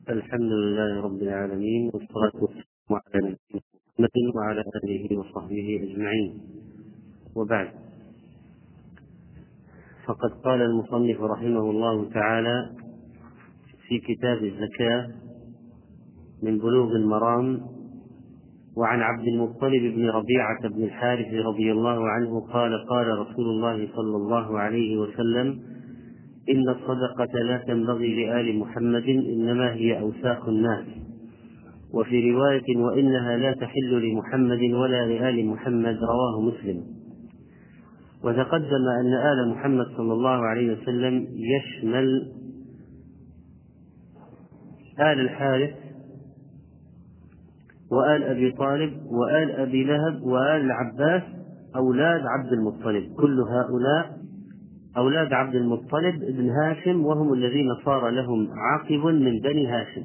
الحمد لله رب العالمين، والصلاة والسلام على نبينا محمد وعلى آله وصحبه أجمعين، وبعد. فقد قال المصنف رحمه الله تعالى في كتاب الزكاة من بلوغ المرام: وعن عبد المطلب بن ربيعة بن الحارث رضي الله عنه قال: قال رسول الله صلى الله عليه وسلم: إن الصدقة لا تنبغي لآل محمد، إنما هي أوساخ الناس. وفي رواية: وإنها لا تحل لمحمد ولا لآل محمد، رواه مسلم. وتقدم أن آل محمد صلى الله عليه وسلم يشمل آل الحارث وآل أبي طالب وآل أبي لهب وآل العباس، أولاد عبد المطلب. كل هؤلاء أولاد عبد المطلب بن هاشم، وهم الذين صار لهم عقب من بني هاشم،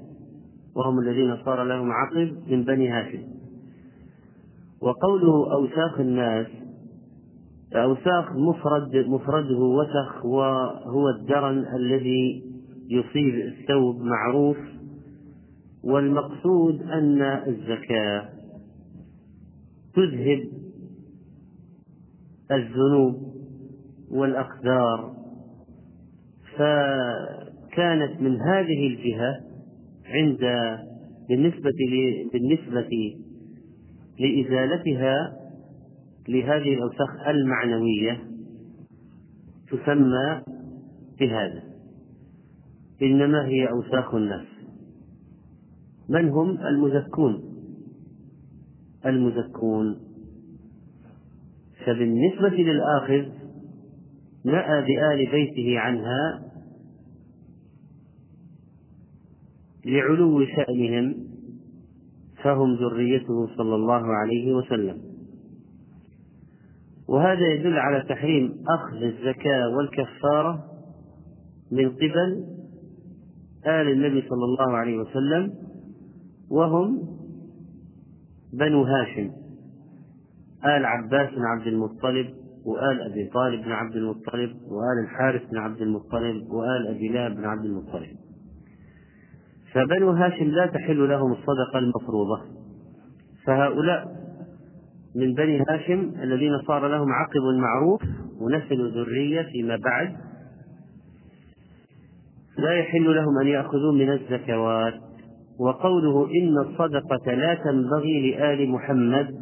وقوله أوساخ الناس، أوساخ مفرده وسخ، وهو الدرن الذي يصيب الثوب، معروف. والمقصود أن الزكاة تذهب الذنوب والأقدار، فكانت من هذه الجهة بالنسبة لإزالتها لهذه الأوساخ المعنوية تسمى بهذا: إنما هي أوساخ الناس. من هم؟ المزكون. فبالنسبة للآخذ نأى بآل بيته عنها لعلو شأنهم، فهم ذريته صلى الله عليه وسلم. وهذا يدل على تحريم أخذ الزكاة والكفارة من قبل آل النبي صلى الله عليه وسلم، وهم بنو هاشم: آل عباس بن عبد المطلب، وآل أبي طالب بن عبد المطلب، وآل الحارث بن عبد المطلب، وآل أبي لهب بن عبد المطلب. فبنو هاشم لا تحل لهم الصدقة المفروضة، فهؤلاء من بني هاشم الذين صار لهم عقب معروف ونسل ذرية فيما بعد، لا يحل لهم أن يأخذوا من الزكوات. وقوله إن الصدقة لا تنبغي لآل محمد،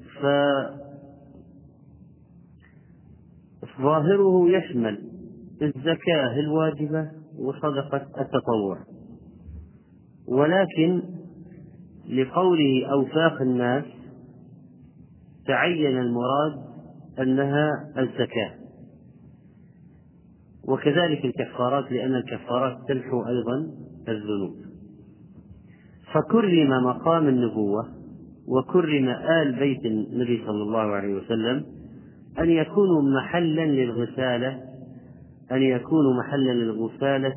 فظاهره يشمل الزكاة الواجبة وصدقة التطوع، ولكن لقوله أوساخ الناس تعين المراد أنها الزكاة، وكذلك الكفارات، لأن الكفارات تمحو أيضا الذنوب. فكرم مقام النبوة وكرم آل بيت النبي صلى الله عليه وسلم أن يكونوا محلا للغسالة،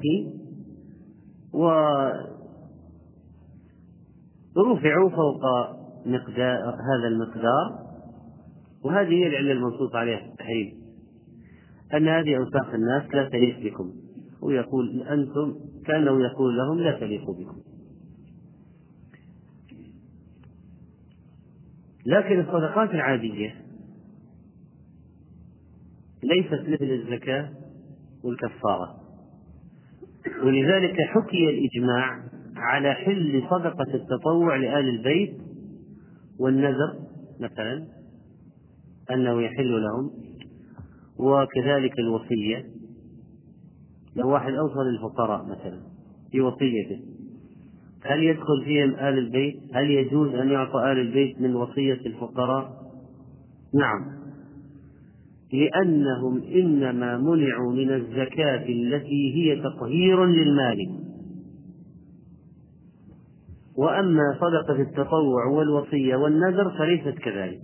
ورفعوا فوق هذا المقدار. وهذه هي العلة المنصوص عليها التحريم، أن هذه أوساخ الناس لا تليق بكم، ويقول أنتم كأنه يقول لهم لا تليق بكم. لكن الصدقات العادية ليست مثل الزكاة والكفارة، ولذلك حكي الإجماع على حل صدقة التطوع لآل البيت، والنذر مثلا أنه يحل لهم، وكذلك الوصية. لو واحد أوصى للفقراء مثلا في وصيته، هل يدخل فيهم آل البيت؟ هل يجوز أن يعطى آل البيت من وصية الفقراء؟ نعم، لأنهم إنما منعوا من الزكاة التي هي تطهير للمال. وأما صدقة التطوع والوصية والنذر فليست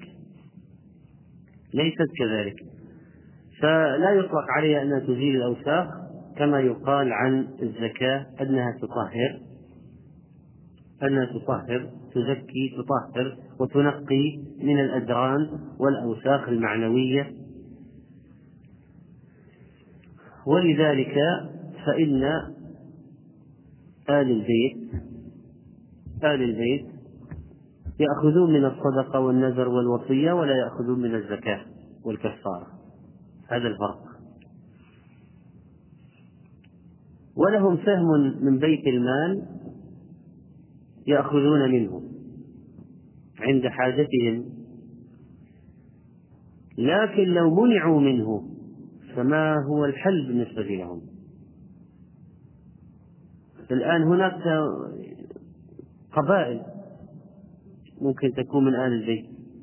كذلك، فلا يطلق عليها أنها تزيل الأوساخ، كما يقال عن الزكاة أنها تطهر، تزكي، تطهر وتنقي من الأدران والأوساخ المعنوية. ولذلك فإن آل البيت يأخذون من الصدقة والنذر والوصية ولا يأخذون من الزكاة والكفارة. هذا الفرق. ولهم سهم من بيت المال يأخذون منه عند حاجتهم، لكن لو منعوا منه فما هو الحل بالنسبة لهم؟ الآن هناك قبائل ممكن تكون من آل البيت،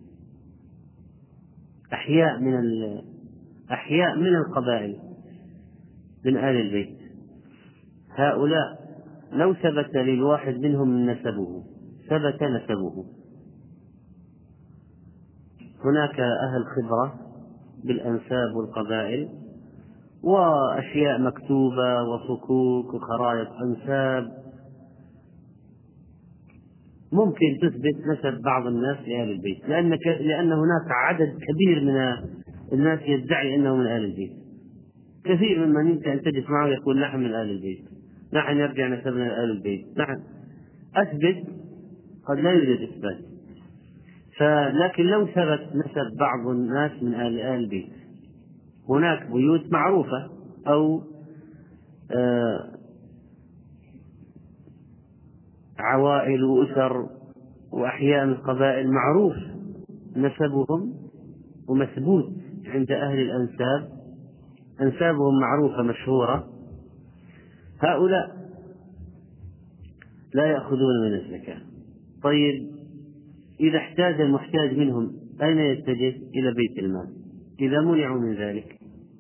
أحياء من القبائل من آل البيت. هؤلاء لو ثبت للواحد منهم ثبت نسبه، هناك أهل خبرة بالأنساب والقبائل وأشياء مكتوبة وصكوك وخرائط أنساب ممكن تثبت نسب بعض الناس لآل البيت، لأن هناك عدد كبير من الناس يدعي أنه من آل البيت. كثير ممن يمكن أن تجلس معه يقول نحن من آل البيت، نحن نرجع نسبنا لآل البيت، نحن أثبت. قد لا يوجد إثبات، لكن لو ثبت نسب بعض الناس من آل البيت، هناك بيوت معروفة أو عوائل وأسر وأحياء من القبائل معروف نسبهم ومثبوت عند أهل الأنساب، أنسابهم معروفة مشهورة، هؤلاء لا يأخذون من الزكاة. طيب إذا احتاج المحتاج منهم أين يتجه؟ إلى بيت المال. إذا منعوا من ذلك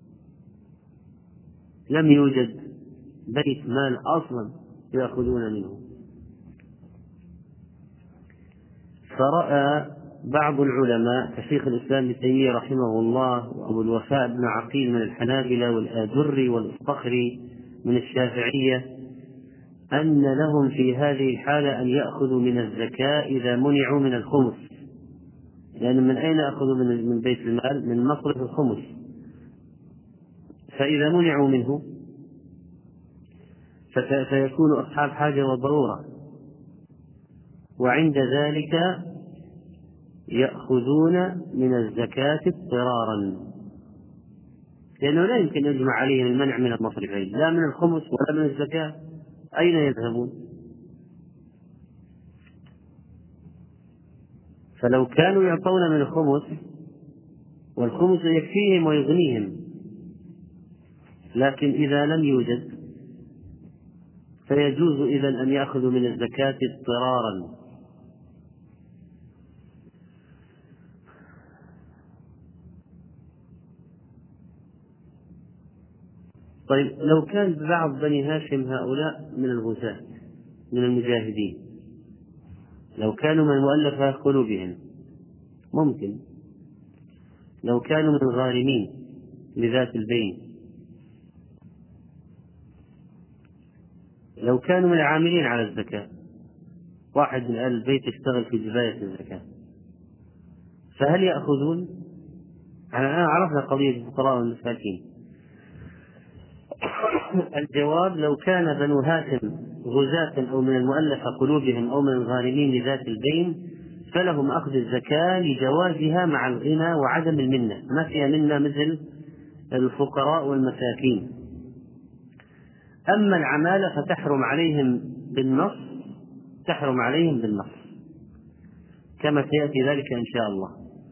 لم يوجد بيت مال أصلا يأخذون منه. فرأى بعض العلماء كشيخ الإسلام ابن تيمية رحمه الله وأبو الوفاء بن عقيل من الحنابلة والآجري والأصطخري من الشافعية أن لهم في هذه الحالة أن يأخذوا من الزكاة إذا منعوا من الخمس، لأن من أين أخذوا من بيت المال؟ من مصرف الخمس. فإذا منعوا منه فيكون أصحاب حاجة وضرورة، وعند ذلك يأخذون من الزكاة اضطرارا، لأنه لا يمكن يجمع عليهم المنع من المصرفين، لا من الخمس ولا من الزكاة. أين يذهبون؟ فلو كانوا يعطون من الخمس والخمس يكفيهم ويغنيهم، لكن إذا لم يوجد فيجوز إذن أن يأخذوا من الزكاة اضطرارا. طيب لو كان بعض بني هاشم هؤلاء من الغزاة من المجاهدين، لو كانوا من مؤلفة قلوبهم ممكن، لو كانوا من الغارمين لذات البين، لو كانوا من العاملين على الزكاة، واحد من أهل البيت يشتغل في جباية الزكاة، فهل يأخذون؟ أنا عرفنا قضية الفقراء والمساكين. الجواب لو كان بنو هاشم غزاة أو من المؤلفة قلوبهم أو من الغارمين لذات البين فلهم أخذ الزكاة لجوازها مع الغنى وعدم المنة، ما فيها منة مثل الفقراء والمساكين. أما العمالة فتحرم عليهم بالنص، تحرم عليهم بالنص كما سيأتي ذلك إن شاء الله.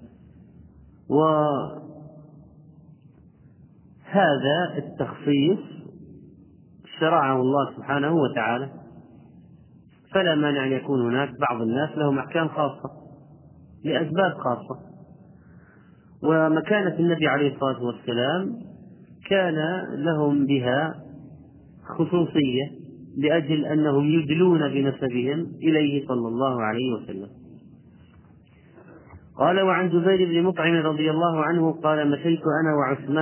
وهذا التخصيص شرعه الله سبحانه وتعالى، فلا مانع أن يكون هناك بعض الناس لهم أحكام خاصة لأسباب خاصة. ومكانة النبي عليه الصلاة والسلام كان لهم بها خصوصية لأجل أنهم يدلون بنسبهم إليه صلى الله عليه وسلم. قال: وعن جبير بن مطعم رضي الله عنه قال: مشيت أنا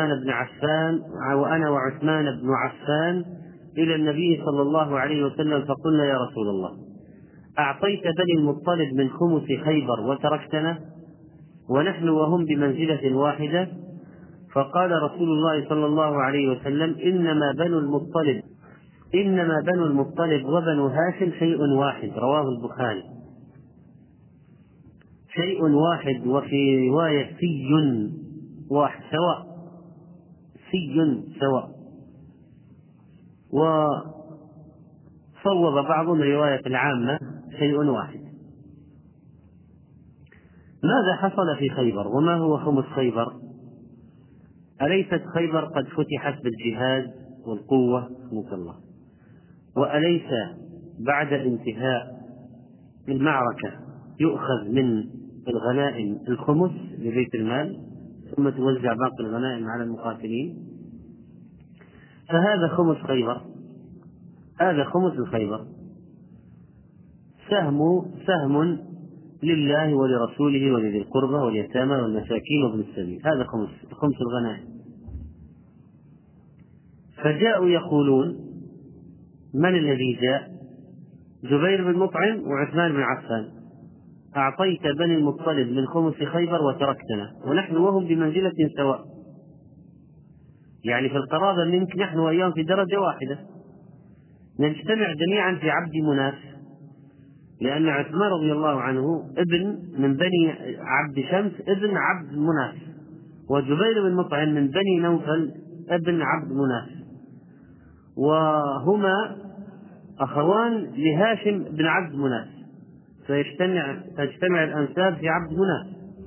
وعثمان بن عفان إلى النبي صلى الله عليه وسلم فقلنا: يا رسول الله، أعطيت بني المطلب من خمس خيبر وتركتنا ونحن وهم بمنزلة واحدة؟ فقال رسول الله صلى الله عليه وسلم: إنما بنو المطلب إنما بنو المطلب وبنو هاشم شيء واحد، رواه البخاري. شيء واحد، وفي رواية سي واحد، سواء، سي سواء. وصوب بعضهم رواية العامة شيء واحد. ماذا حصل في خيبر؟ وما هو خمس خيبر؟ أليست خيبر قد فتحت بالجهاد والقوة؟ رحمك الله. وأليس بعد انتهاء المعركة يؤخذ من الغنائم الخمس لبيت المال، ثم توزع باقي الغنائم على المقاتلين؟ فهذا خمس خيبر، هذا خمس الخيبر، سهم لله ولرسوله ولذي القربى واليتامى والمساكين وابن السبيل، هذا خمس الغنائم. فجاءوا يقولون: من الذي جاء؟ جبير بن مطعم وعثمان بن عفان. أعطيت بني المطلب من خمس خيبر وتركتنا، ونحن وهم بمنزلة سواء، يعني في القرابة منك نحن وإياهم في درجة واحدة، نجتمع جميعا في عبد مناف، لأن عثمان رضي الله عنه ابن من بني عبد شمس ابن عبد مناف، وجبير بن مطعم من بني نوفل ابن عبد مناف، وهما أخوان لهاشم بن عبد مناف، تجتمع الأنساب في عبد مناف.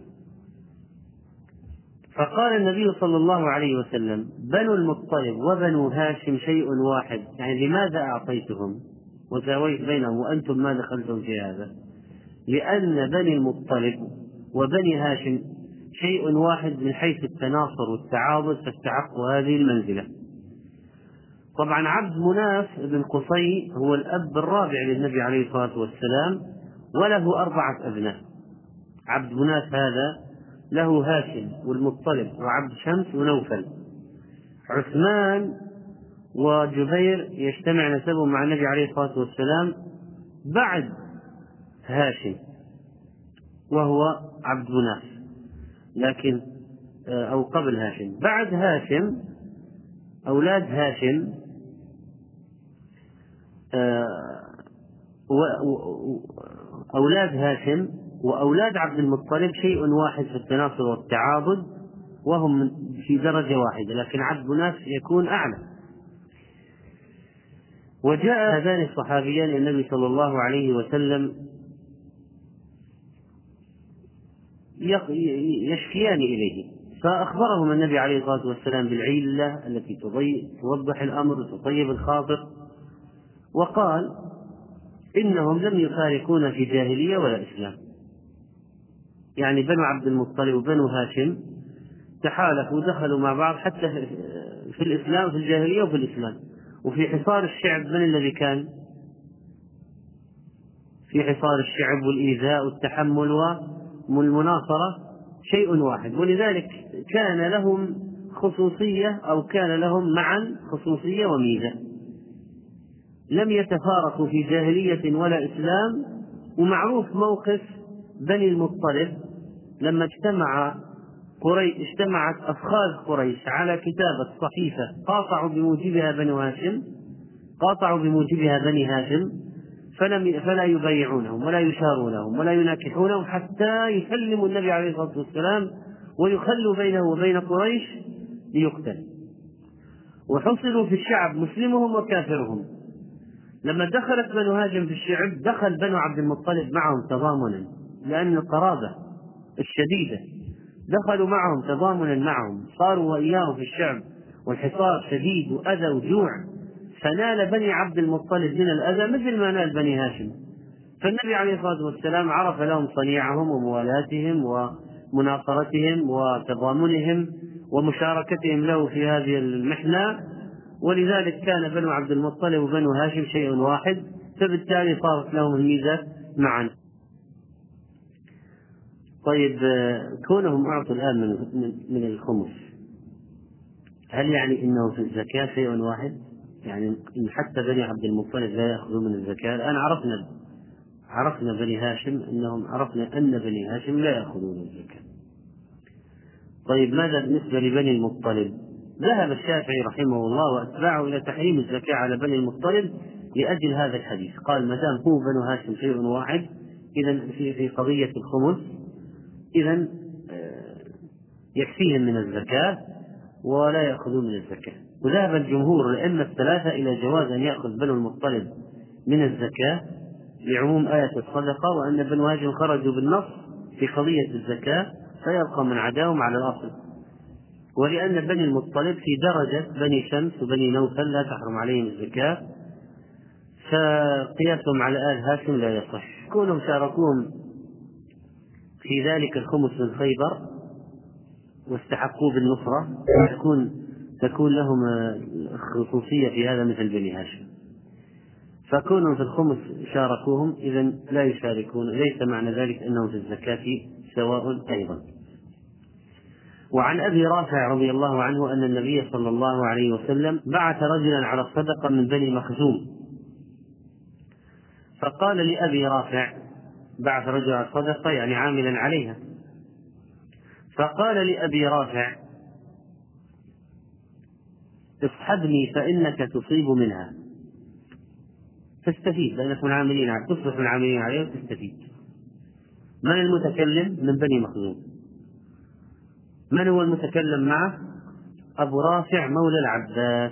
فقال النبي صلى الله عليه وسلم: بنو المطلب وبنو هاشم شيء واحد، يعني لماذا أعطيتهم وساويت بينهم وأنتم ما دخلتم في هذا؟ لأن بني المطلب وبني هاشم شيء واحد من حيث التناصر والتعاضد، فاستحقوا هذه المنزلة. طبعا عبد مناف بن قصي هو الأب الرابع للنبي عليه الصلاة والسلام، وله 4 أبناء. عبد مناف هذا له هاشم والمطلب وعبد شمس ونوفل. عثمان وجبير يجتمع نسبهم مع النبي عليه الصلاة والسلام بعد هاشم وهو عبد مناف، لكن أو قبل هاشم. بعد هاشم أولاد هاشم أولاد هاشم وأولاد عبد المطلب شيء واحد في التناصر والتعاضد، وهم في درجة واحدة، لكن عبد مناف يكون أعلى. وجاء هذان الصحابيان النبي صلى الله عليه وسلم يشكيان إليه، فأخبرهم النبي عليه الصلاة والسلام بالعلة التي توضح الأمر وتطيب الخاطر، وقال: إنهم لم يفارقون في جاهلية ولا إسلام، يعني بنو عبد المطلب وبنو هاشم تحالفوا ودخلوا مع بعض حتى في الإسلام، في الجاهلية وفي الإسلام. وفي حصار الشعب من الذي كان في حصار الشعب والإيذاء والتحمل والمناصرة شيء واحد، ولذلك كان لهم خصوصية، أو كان لهم معا خصوصية وميزة، لم يتفارقوا في جاهلية ولا إسلام. ومعروف موقف بني المطلب لما اجتمعت أفخاذ قريش على كتابة صحيفة قاطعوا بموجبها بنو هاشم، قاطعوا بموجبها بني هاشم، فلا يبايعونهم ولا يشارونهم ولا يناكحونهم حتى يسلموا النبي عليه الصلاة والسلام ويخلوا بينه وبين قريش ليقتل. وحصلوا في الشعب مسلمهم وكافرهم. لما دخلت بنو هاشم في الشعب دخل بنو عبد المطلب معهم تضامنا، لأن القرابة الشديدة دخلوا معهم تضامنا معهم، صاروا وإياهم في الشعب، والحصار شديد وأذى وجوع، فنال بني عبد المطلب من الأذى مثل ما نال بني هاشم. فالنبي عليه الصلاة والسلام عرف لهم صنيعهم وموالاتهم ومناصرتهم وتضامنهم ومشاركتهم له في هذه المحنة، ولذلك كان بنو عبد المطلب وبنو هاشم شيء واحد، فبالتالي صارت لهم الميزة معا. طيب، كونهم أعطوا الآن من الخمس، هل يعني إنه في الزكاة شيء واحد؟ يعني إن حتى بني عبد المطلب لا يأخذون من الزكاة؟ الآن عرفنا بني هاشم، عرفنا أن بني هاشم لا يأخذون الزكاة. طيب، ماذا بالنسبة لبني المطلب؟ ذهب الشافعي رحمه الله وأتباعه إلى تحريم الزكاة على بني المطلب لأجل هذا الحديث. قال ما دام هو بنو هاشم شيء واحد إذن في قضية الخمس إذن يكفيهم من الزكاة ولا يأخذون من الزكاة. وذهب الجمهور الأئمة الثلاثة إلى جواز أن يأخذ بنو المطلب من الزكاة لعموم آية الصدقة، وأن بنو هاشم خرجوا بالنص في قضية الزكاة فيبقى من عداهم على الأصل، ولأن بني المطلب في درجة بني شمس وبني نوفل لا تحرم عليهم الزكاة، فقياسهم على آل هاشم لا يصح. كونهم شاركوهم في ذلك الخمس من خيبر واستحقوا بالنصرة تكون لهم خصوصية في هذا مثل بني هاشم، فكونهم في الخمس شاركوهم إذن لا يشاركون، ليس معنى ذلك أنهم في الزكاة سواء أيضا. وعن أبي رافع رضي الله عنه أن النبي صلى الله عليه وسلم بعث رجلا على الصدقة من بني مخزوم، فقال لأبي رافع، بعث رجل على الصدقة يعني عاملا عليها، فقال لأبي رافع اصحبني فإنك تصيب منها، تستفيد لأنك من عاملين عليها، تصبح من عاملين عليها وتستفيد. من المتكلم؟ من بني مخزوم. من هو المتكلم معه؟ أبو رافع مولى العباس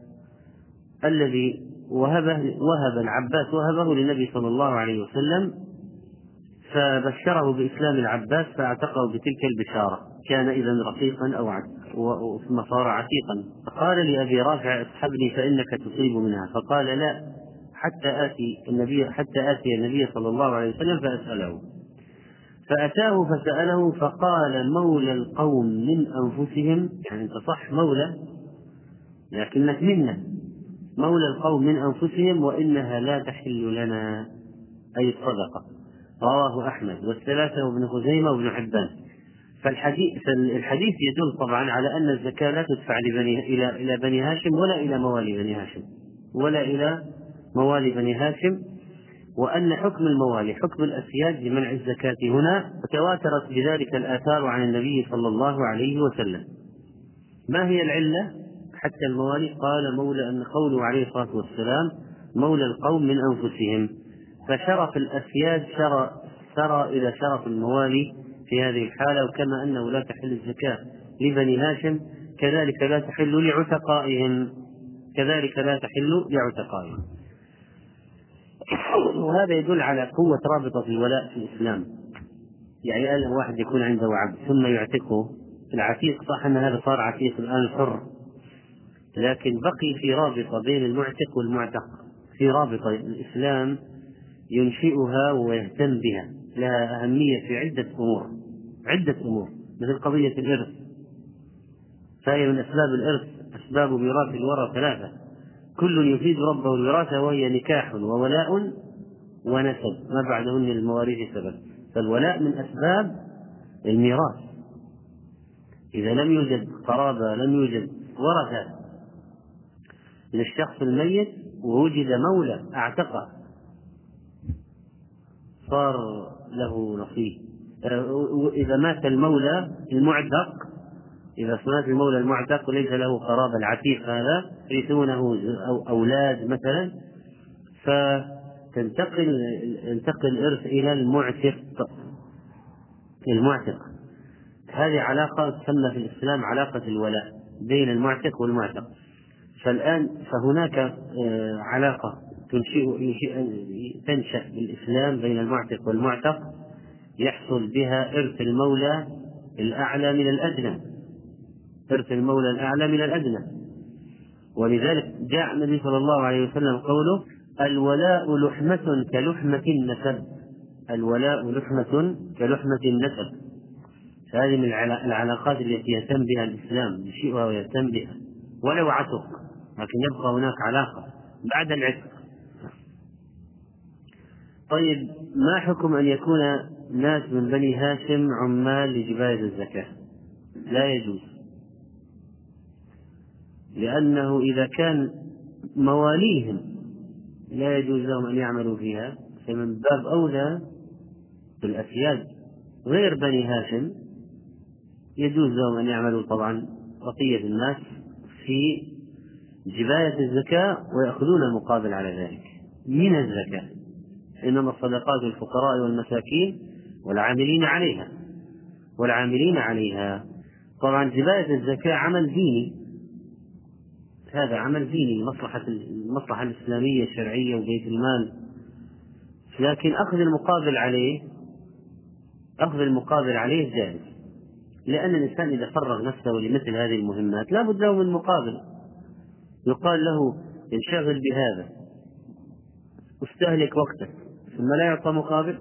الذي وهب العباس وهبه للنبي صلى الله عليه وسلم، فبشره بإسلام العباس فاعتقه بتلك البشارة، كان إذن رقيقا أو ثم صار عتيقا. فقال لأبي رافع اصحبني فإنك تصيب منها، فقال لا حتى آتي النبي صلى الله عليه وسلم فأسأله. فأتاه فسأله فقال مولى القوم من أنفسهم، يعني أنت صح مولى لكنك منا، مولى القوم من أنفسهم وإنها لا تحل لنا، أي الصدقة. رواه أحمد والثلاثة وابن خزيمة وابن حبان. فالحديث يدل طبعا على أن الزكاة لا تدفع إلى بني هاشم ولا إلى موالي بني هاشم، وأن حكم الموالي حكم الأسياد لمنع الزكاة هنا، وتواترت بذلك الآثار عن النبي صلى الله عليه وسلم. ما هي العلة حتى الموالي؟ قال مولى، أن قوله عليه الصلاة والسلام مولى القوم من أنفسهم، فشرف الأسياد سرى إلى شرف الموالي في هذه الحالة، وكما أنه لا تحل الزكاة لبني هاشم كذلك لا تحل لعتقائهم. وهذا يدل على قوة رابطة الولاء في الإسلام. يعني أن واحد يكون عنده عبد ثم يعتقه، العتيق صح أن هذا صار عتيق الآن حر، لكن بقي في رابطة بين المعتق والمعتق، في رابطة الإسلام ينشئها ويهتم بها، لها أهمية في عدة أمور مثل قضية الإرث، فهي من أسباب الإرث، أسباب ميراث الورى ثلاثة، كل يفيد ربه الوراثة، وهي نكاح وولاء ونسب، ما بعدهن للمواريث سبب. فالولاء من أسباب الميراث، إذا لم يوجد قرابة لم يوجد ورثة للشخص الميت ووجد مولى اعتقه صار له نصيب. إذا مات المولى المعتق وليس له قرابة، العتيق هذا يرثونه أولاد مثلا، ينتقل الإرث إلى المعتق. هذه علاقة تسمى في الإسلام علاقة الولاء بين المعتق والمعتق. فهناك علاقة تنشأ بالإسلام بين المعتق والمعتق، يحصل بها إرث المولى الأعلى من الأدنى. ولذلك جاء النبي صلى الله عليه وسلم قوله الولاء لحمة كلحمة النسب. هذه من العلاقات التي يهتم بها الإسلام، يشيئها ويهتم بها ولو عتق، لكن يبقى هناك علاقة بعد العتق. طيب، ما حكم أن يكون ناس من بني هاشم عمال لجباية الزكاة؟ لا يجوز، لأنه إذا كان مواليهم لا يجوز لهم أن يعملوا فيها، فمن باب أولى بالأسياد غير بني هاشم يجوز لهم أن يعملوا. طبعا بقية الناس في جباية الزكاة ويأخذون المقابل على ذلك من الزكاة، إنما الصدقات للفقراء والمساكين والعاملين عليها. طبعا جباية الزكاة عمل ديني، هذا عمل ديني، المصلحة الإسلامية الشرعية وبيت المال، لكن أخذ المقابل عليه جائز، لأن الإنسان إذا فرغ نفسه لمثل هذه المهمات لا بد له من مقابل، يقال له انشغل بهذا واستهلك وقتك ثم لا يعطى مقابل.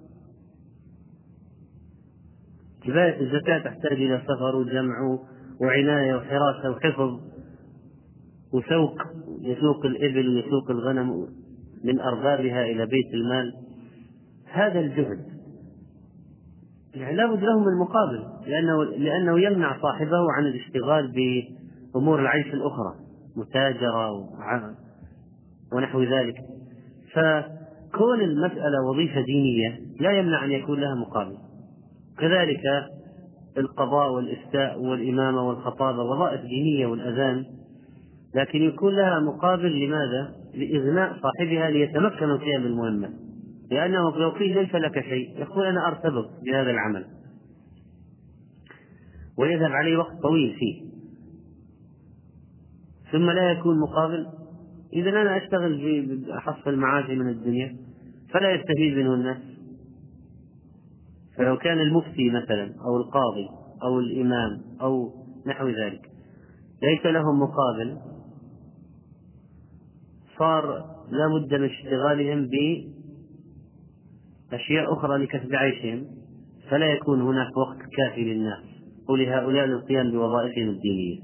جباية الزكاة تحتاج إلى سفر وجمع وعناية وحراسة وحفظ وسوق، يسوق الإبل ويسوق الغنم من أربابها إلى بيت المال، هذا الجهد يعني لا بد له من المقابل، لأنه يمنع صاحبه عن الاشتغال بأمور العيش الأخرى، متاجرة ونحو ذلك. فكون المسألة وظيفة دينية لا يمنع أن يكون لها مقابل. كذلك القضاء والإفتاء والإمامة والخطابة وظائف دينية والأذان، لكن يكون لها مقابل. لماذا؟ لإغناء صاحبها ليتمكن من قيام المهمة، لأنه لو قيل ليس لك شيء يقول أنا أرتبط بهذا العمل ويذهب عليه وقت طويل فيه ثم لا يكون مقابل. إذا أنا أشتغل بأحصل معاشي من الدنيا فلا يستفيد منه الناس. فلو كان المفتي مثلا أو القاضي أو الإمام أو نحو ذلك ليس لهم مقابل، صار لا بد من اشتغالهم بأشياء أخرى لكسب عيشهم، فلا يكون هناك وقت كافي للناس ولهؤلاء للقيام بوظائفهم الدينية.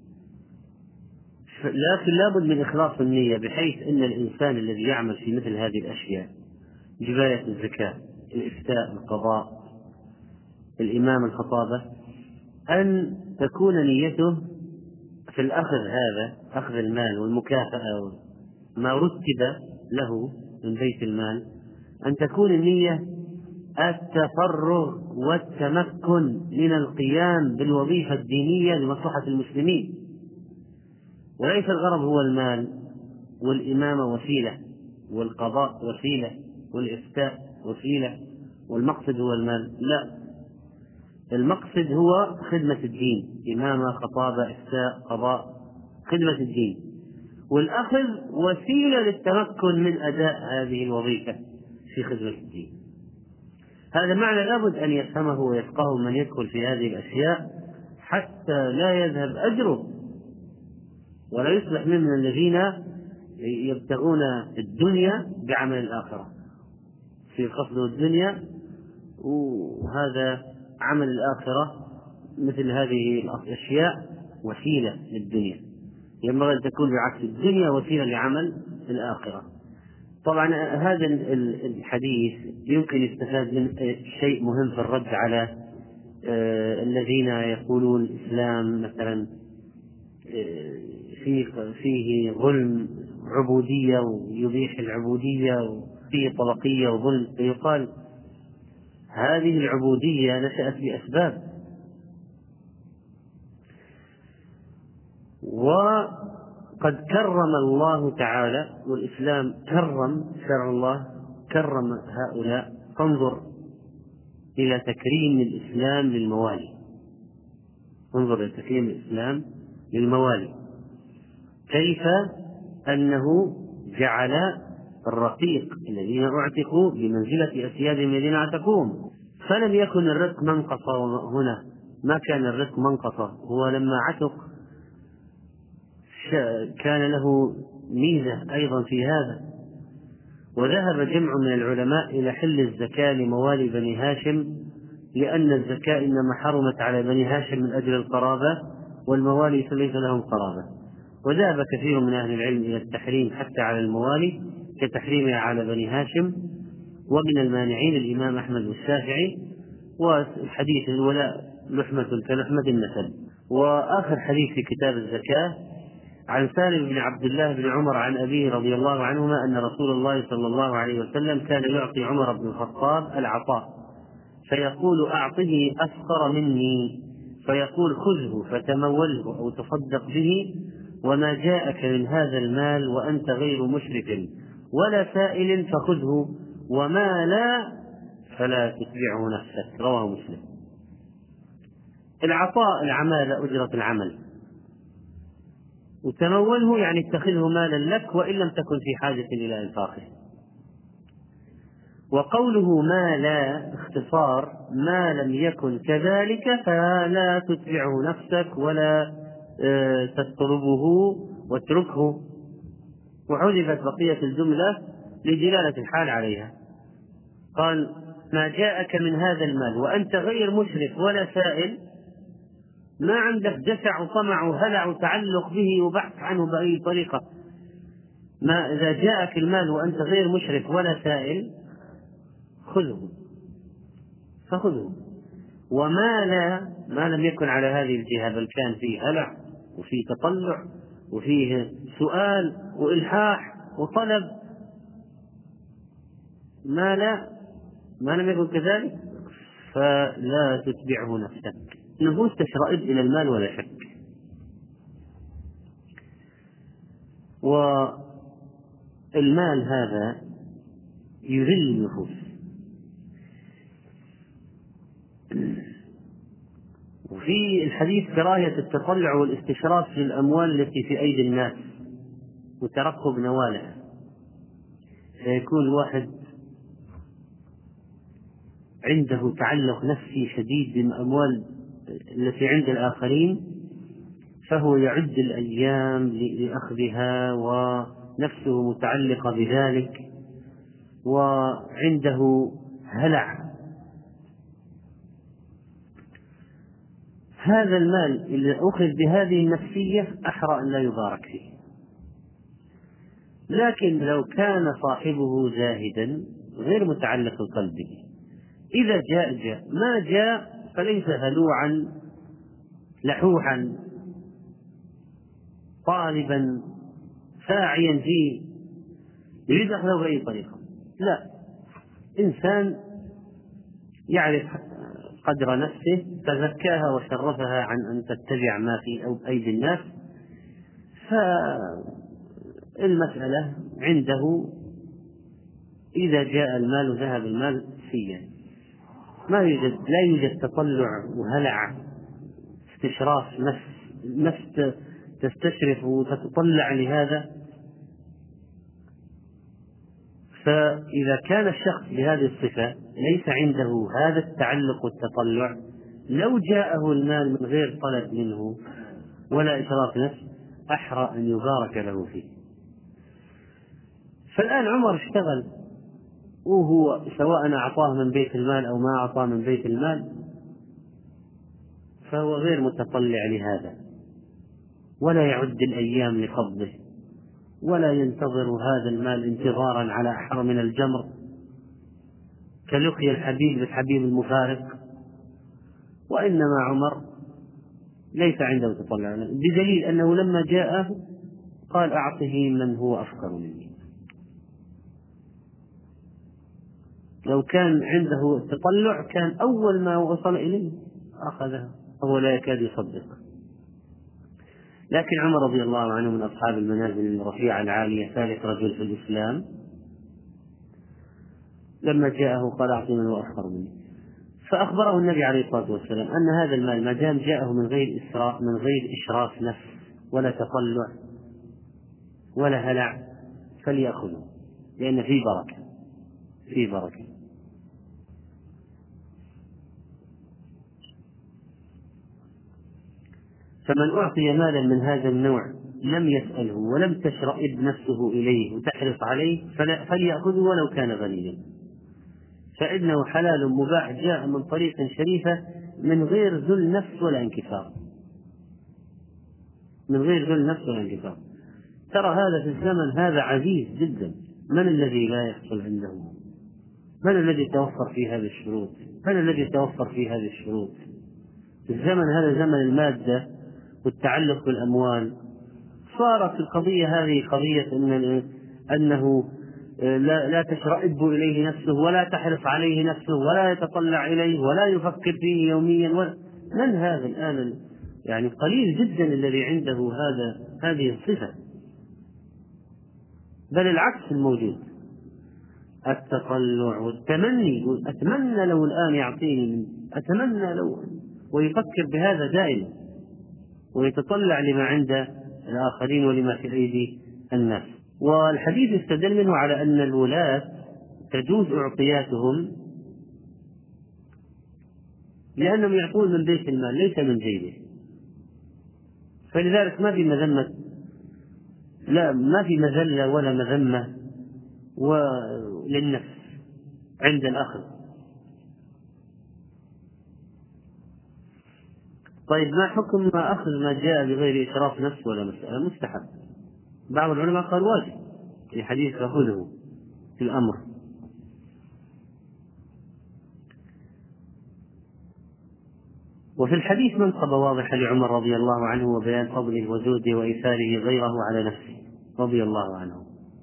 لكن لا بد من إخلاص النية، بحيث أن الإنسان الذي يعمل في مثل هذه الأشياء، جباية الزكاة، الإفتاء، القضاء، الإمام، الخطابة، أن تكون نيته في الأخذ هذا، أخذ المال والمكافأة ما رتب له من بيت المال، أن تكون النية التفرغ والتمكن من القيام بالوظيفة الدينية لمصلحة المسلمين، وليس الغرض هو المال، والإمامة وسيلة، والقضاء وسيلة، والإفتاء وسيلة، والمقصد هو المال. لا، المقصد هو خدمة الدين، إمامة، خطابة، إفتاء، قضاء، خدمة الدين، والأخذ وسيلة للتمكن من أداء هذه الوظيفة في خدمة الدين. هذا معنى لابد أن يفهمه ويفقهه من يدخل في هذه الأشياء، حتى لا يذهب أجره ولا يصبح من الذين يبتغون الدنيا بعمل الآخرة، في قصده الدنيا، وهذا عمل الآخرة مثل هذه الأشياء وسيلة للدنيا، ينبغي أن تكون بعكس الدنيا وسيلة لعمل الآخرة. طبعا هذا الحديث يمكن يستفاد من شيء مهم في الرد على الذين يقولون الإسلام مثلا فيه ظلم، عبودية، ويبيح العبودية، وفيه طبقية وظلم. فيقال هذه العبودية نشأت بأسباب، وقد كرم الله تعالى، والإسلام كرم، شرع الله كرم هؤلاء. فانظر إلى تكريم الإسلام للموالي، انظر إلى تكريم الإسلام للموالي، كيف أنه جعل الرقيق الذين اعتقوا بمنزلة أسيادهم الذين اعتقوهم. فلم يكن الرق منقصة هنا، ما كان الرق منقصة، هو لما عتق كان له ميزة أيضا في هذا. وذهب جمع من العلماء إلى حل الزكاة لموالي بني هاشم، لأن الزكاة إنما حرمت على بني هاشم من أجل القرابة، والموالي ليس لهم قرابة. وذهب كثير من أهل العلم إلى التحريم حتى على الموالي كتحريمها على بني هاشم. ومن المانعين الإمام أحمد والشافعي، والحديث الولاء لحمة كلحمة النسل. وآخر حديث في كتاب الزكاة عن سالم بن عبد الله بن عمر عن أبيه رضي الله عنهما أن رسول الله صلى الله عليه وسلم كان يعطي عمر بن الخطاب العطاء، فيقول أعطه أفقر مني، فيقول خذه فتموله أو تصدق به، وما جاءك من هذا المال وأنت غير مشرف ولا سائل فخذه، وما لا فلا تتبعه نفسك. رواه مسلم. العطاء العمالة أجرة العمل، وتموله يعني اتخذه مالا لك وإن لم تكن في حاجة إلى إنفاقه. وقوله ما لا اختصار، ما لم يكن كذلك فلا تتبعه نفسك ولا تطلبه واتركه، وحذفت بقية الجملة لدلالة الحال عليها. قال ما جاءك من هذا المال وأنت غير مشرف ولا سائل، ما عندك جشع وطمع وهلع وتعلق به وبحث عنه بأي طريقة. ما إذا جاءك المال وأنت غير مشرف ولا سائل خذه فخذه. وما لا، ما لم يكن على هذه الجهة بل كان فيه هلع وفيه تطلع وفيه سؤال وإلحاح وطلب، ما لا، ما لم يكن كذلك فلا تتبعه نفسك. النفوس تشرئب إلى المال ولا شك، والمال هذا يذل النفوس. وفي الحديث كراهية التطلع والاستشراف في الأموال التي في أيدي الناس وترقب نوالها، فيكون الواحد عنده تعلق نفسي شديد بالأموال التي عند الآخرين، فهو يعد الأيام لأخذها ونفسه متعلقة بذلك وعنده هلع. هذا المال اللي أخذ بهذه النفسية أحرى أن لا يبارك فيه. لكن لو كان صاحبه زاهدا غير متعلق بقلبه، إذا جاء جاء، ما جاء فليس هلوعا لحوحا طالبا ساعيا فيه يريد أخذه بأي طريقة، لا، إنسان يعرف قدر نفسه تزكاها وشرفها عن أن تتبع ما في أيدي الناس، فالمسألة عنده إذا جاء المال ذهب المال فيا، لا يوجد تطلع وهلع استشراف نفس تستشرف وتتطلع لهذا. فإذا كان الشخص بهذه الصفة ليس عنده هذا التعلق والتطلع، لو جاءه المال من غير طلب منه ولا إشراف نفس أحرى أن يبارك له فيه. فالآن عمر اشتغل، وهو سواء أعطاه من بيت المال أو ما أعطاه من بيت المال فهو غير متطلع لهذا، ولا يعد الأيام لقبضه، ولا ينتظر هذا المال انتظارا على أحر من الجمر كلقي الحبيب بالحبيب المفارق. وإنما عمر ليس عنده تطلع، بدليل أنه لما جاءه قال أعطه من هو أفقر مني. لو كان عنده التطلع كان أول ما وصل إليه أخذها، وهو لا يكاد يصدق. لكن عمر رضي الله عنه من أصحاب المنازل الرفيعة العالية، ثالث رجل في الإسلام، لما جاءه قال أعطي من هو أفقر مني. فأخبره النبي عليه الصلاة والسلام أن هذا المال ما دام جاءه من غير إشراف نفس ولا تطلع ولا هلع فليأخذه، لأن فيه بركة. فمن أعطي مالا من هذا النوع لم يسأله ولم تشرئب نفسه إليه وتحرص عليه فليأخذه ولو كان غنيا، فإنه حلال مباح جاء من طريق شريفة من غير ذل نفس ولا انكسار. ترى هذا في الزمن هذا عزيز جدا. من الذي لا يحصل عنده؟ من الذي توفر في هذه الشروط؟ في الزمن هذا زمن المادة والتعلق بالأموال، صارت القضية هذه قضية أنه لا تشرئب إليه نفسه ولا تحرص عليه نفسه ولا يتطلع إليه ولا يفكر فيه يوميا من هذا الآن؟ يعني قليل جدا الذي عنده هذه الصفة، بل العكس الموجود، التطلع والتمني. أتمنى لو الآن يعطيني، أتمنى لو، ويفكر بهذا دائما، ويتطلع لما عند الآخرين ولما في أيدي الناس. والحديث يستدل منه على أن الولاة تجوز أعطياتهم لأنهم يعطون من بيت المال ليس من جيبه، فلذلك ما في مذمة، لا ما في مذلة ولا مذمة للنفس عند الأخذ. طيب ما حكم ما أخذ ما جاء بغير إشراف نفس ولا مسألة؟ مستحب. بعض العلماء قال واجب في حديث فخذه في الأمر. وفي الحديث منقبة واضحة لعمر رضي الله عنه وبيان فضله وزهده وإيثاره غيره على نفسه رضي الله عنه.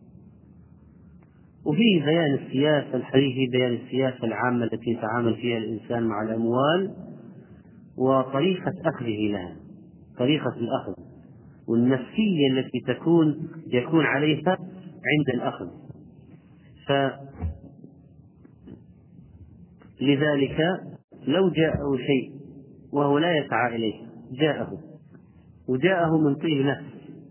وفيه بيان السياسة، الحديث بيان السياسة العامة التي يتعامل فيها الإنسان مع الأموال وطريقة أخذه لها، طريقة الأخذ والنفسية التي يكون عليها عند الأخذ. فلذلك لو جاءه شيء وهو لا يسعى إليه وجاءه من طيب نفس،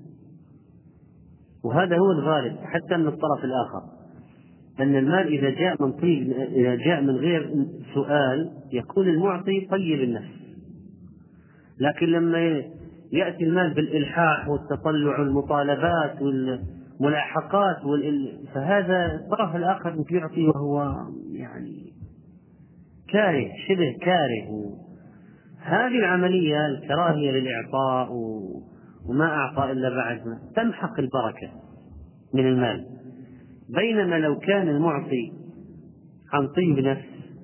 وهذا هو الغالب حتى من الطرف الآخر، أن المال إذا جاء من غير سؤال يكون المعطي طيب النفس. لكن لما يأتي المال بالإلحاح والتطلع والمطالبات والملاحقات فهذا الطرف الآخر يعطي وهو يعني كاره، شبه كاره. هذه العملية الكراهية للإعطاء وما أعطى إلا بعد ما تمحق البركة من المال. بينما لو كان المعطي عن طيب نفس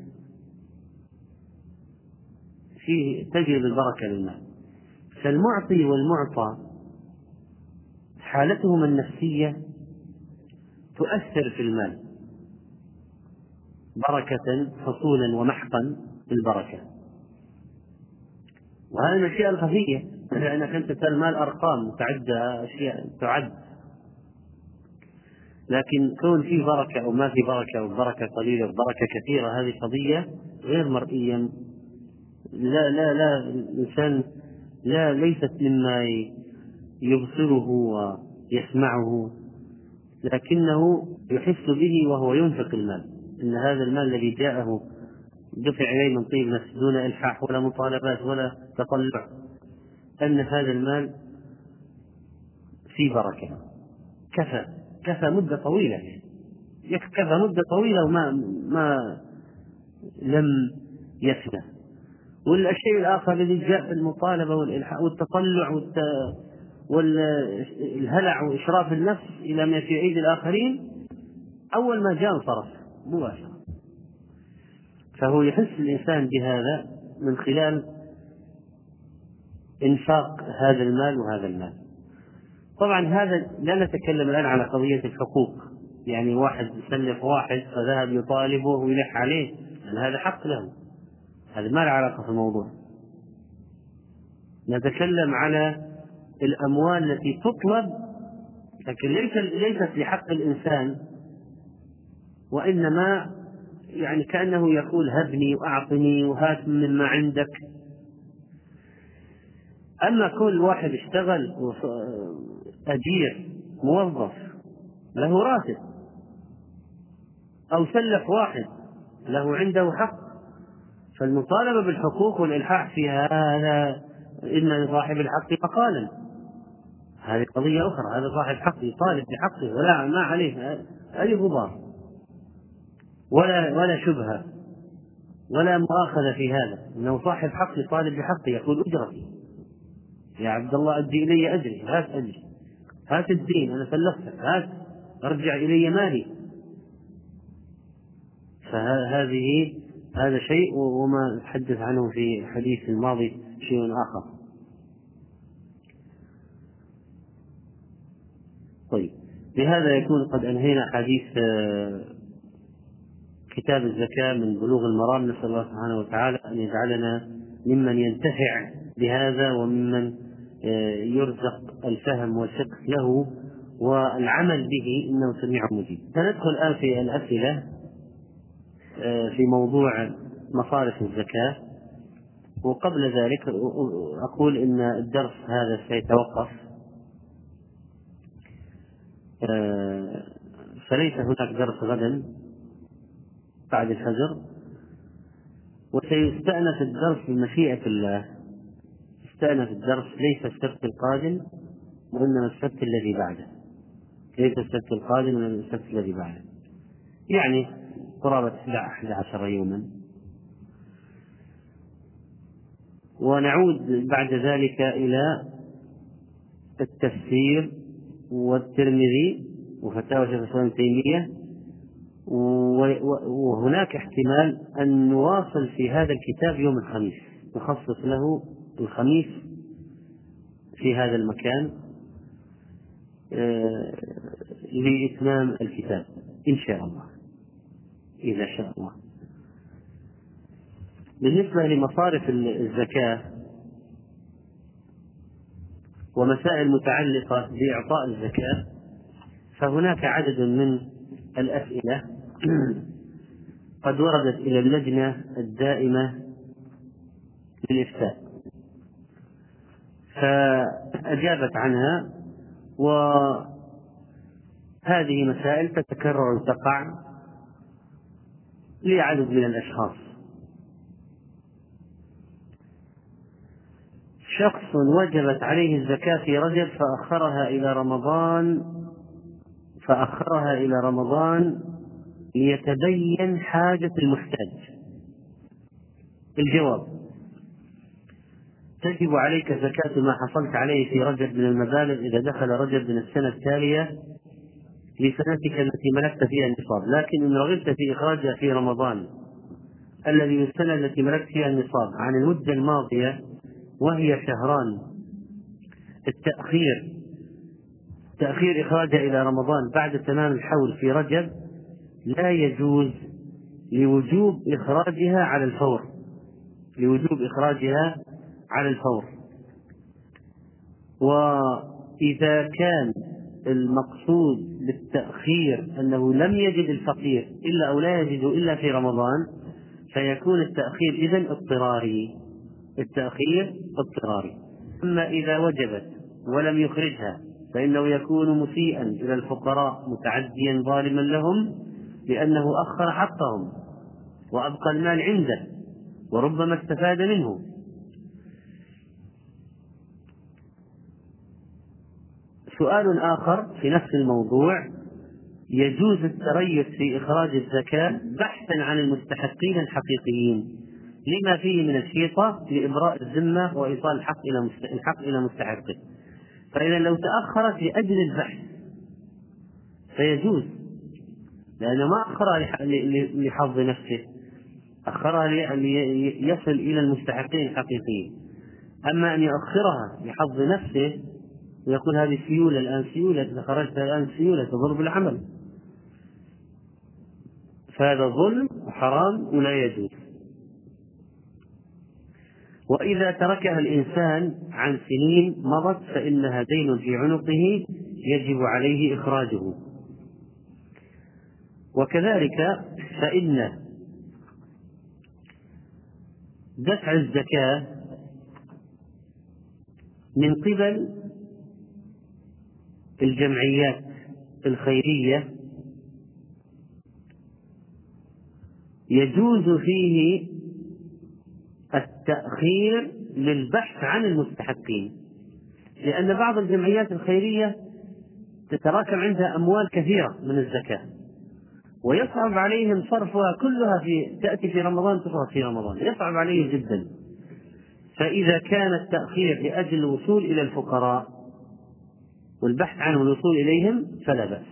فيه تجلب البركة للمال. فالمعطي والمعطى حالتهما النفسية تؤثر في المال بركة حصولا ومحقا بالبركة. وهذه الأشياء الخفية، لأنك أنت المال أرقام متعدة، أشياء تعد، لكن كون في بركة أو ما في بركة أو بركة قليلة وبركة كثيرة هذه قضية غير مرئية. لا الإنسان ليست مما يبصره ويسمعه، لكنه يحس به وهو ينفق المال، إن هذا المال الذي جاءه دفع إليه من طيب نفس دون إلحاح ولا مطالبات ولا تطلع، أن هذا المال فيه بركة. كفى مدة طويلة، كفى مدة طويلة وما لم يفنى. والشيء الآخر الذي جاء بالمطالبة والإلحاح والتطلع والهلع وإشراف النفس إلى ما في أيدي الآخرين، أول ما جاء انصرف مباشرة. فهو يحس الإنسان بهذا من خلال إنفاق هذا المال وهذا المال. طبعا هذا لا نتكلم الآن على قضية الحقوق، يعني واحد يسلف واحد فذهب يطالبه ويلح عليه، يعني هذا حق له، هذا ما له علاقة في الموضوع. نتكلم على الأموال التي تطلب لكن ليست لحق الإنسان، وإنما يعني كأنه يقول هبني وأعطني وهات من ما عندك. أما كل واحد اشتغل أجير موظف له راتب، أو سلف واحد له عنده حق، فالمطالبة بالحقوق والإلحاح في هذا إن لصاحب الحق مقالا، هذه قضية أخرى. هذا صاحب حق يطالب بحقه ولا ما عليه أي غبار ولا شبهة ولا مؤاخذة في هذا، إنه صاحب حق يطالب بحقه، يقول أجرتي يا عبد الله أدي إلي أجري، هات أجري، هات الدين، أنا سلفتك، هات ارجع إلي مالي. هذا شيء، وما تحدث عنه في الحديث الماضي شيء آخر. طيب، بهذا يكون قد أنهينا حديث كتاب الزكاة من بلوغ المرام. نسأل الله سبحانه وتعالى أن يجعلنا ممن ينتفع بهذا وممن يرزق الفهم والفقه له والعمل به، إنه سميع مجيب. سندخل الآن في الأسئلة في موضوع مصارف الزكاة. وقبل ذلك أقول إن الدرس هذا سيتوقف، فليس هناك درس غدا بعد الفجر، وسيستأنف الدرس بمشيئة الله. يستأنف الدرس ليس السبت القادم وإنما السبت الذي بعده، ليس السبت القادم وإنما السبت الذي بعده، يعني قرابة 11 يوما. ونعود بعد ذلك إلى التفسير والترمذي وفتاوى شيخ الإسلام ابن تيمية، وهناك احتمال أن نواصل في هذا الكتاب يوم الخميس، نخصص له الخميس في هذا المكان لإتمام الكتاب إن شاء الله، إذا شاء الله. بالنسبة لمصارف الزكاة ومسائل متعلقة بإعطاء الزكاة، فهناك عدد من الأسئلة قد وردت إلى اللجنة الدائمة للإفتاء فأجابت عنها، وهذه مسائل تتكرر وتقع لعدد من الأشخاص. شخص وجبت عليه الزكاة في رجب فأخرها إلى رمضان ليتبين حاجة المحتاج. الجواب: تجب عليك زكاة ما حصلت عليه في رجب من المبالغ إذا دخل رجب من السنة التالية لسنتك التي ملكت فيها النصاب، لكن إن رغبت في إخراجها في رمضان الذي السنة التي ملكت فيها النصاب عن المدة الماضية وهي شهران، تأخير إخراجها إلى رمضان بعد تمام الحول في رجب لا يجوز لوجوب إخراجها على الفور. وإذا كان المقصود بالتأخير أنه لم يجد الفقير إلا أو لا يجد إلا في رمضان، فيكون التأخير إذن اضطراري. أما إذا وجبت ولم يخرجها فإنه يكون مسيئا إلى الفقراء متعديا ظالما لهم، لأنه أخر حقهم وأبقى المال عنده وربما استفاد منه. سؤال آخر في نفس الموضوع: يجوز التريث في إخراج الزكاة بحثا عن المستحقين الحقيقيين لما فيه من الشيطة لإبراء الذمة وإيصال الحق إلى مستحقه. فإذا لو تأخرت لأجل البحث فيجوز، لأنه ما أخرها لحظ نفسه، أخرها ليصل إلى المستحقين الحقيقيين. أما أن يؤخرها لحظ نفسه ويقول هذه سيولة الآن، سيولة إذا خرجت الآن سيولة تضر بالعمل، فهذا ظلم وحرام ولا يجوز. وإذا تركها الإنسان عن سنين مضت فإنها دين في عنقه يجب عليه إخراجه. وكذلك فإن دفع الزكاة من قبل الجمعيات الخيرية يجوز فيه التأخير للبحث عن المستحقين، لأن بعض الجمعيات الخيرية تتراكم عندها أموال كثيرة من الزكاة ويصعب عليهم صرفها كلها تأتي في رمضان تصرف في رمضان، يصعب عليهم جدا. فإذا كان التأخير لأجل الوصول إلى الفقراء والبحث عنه والوصول إليهم فلا بأس.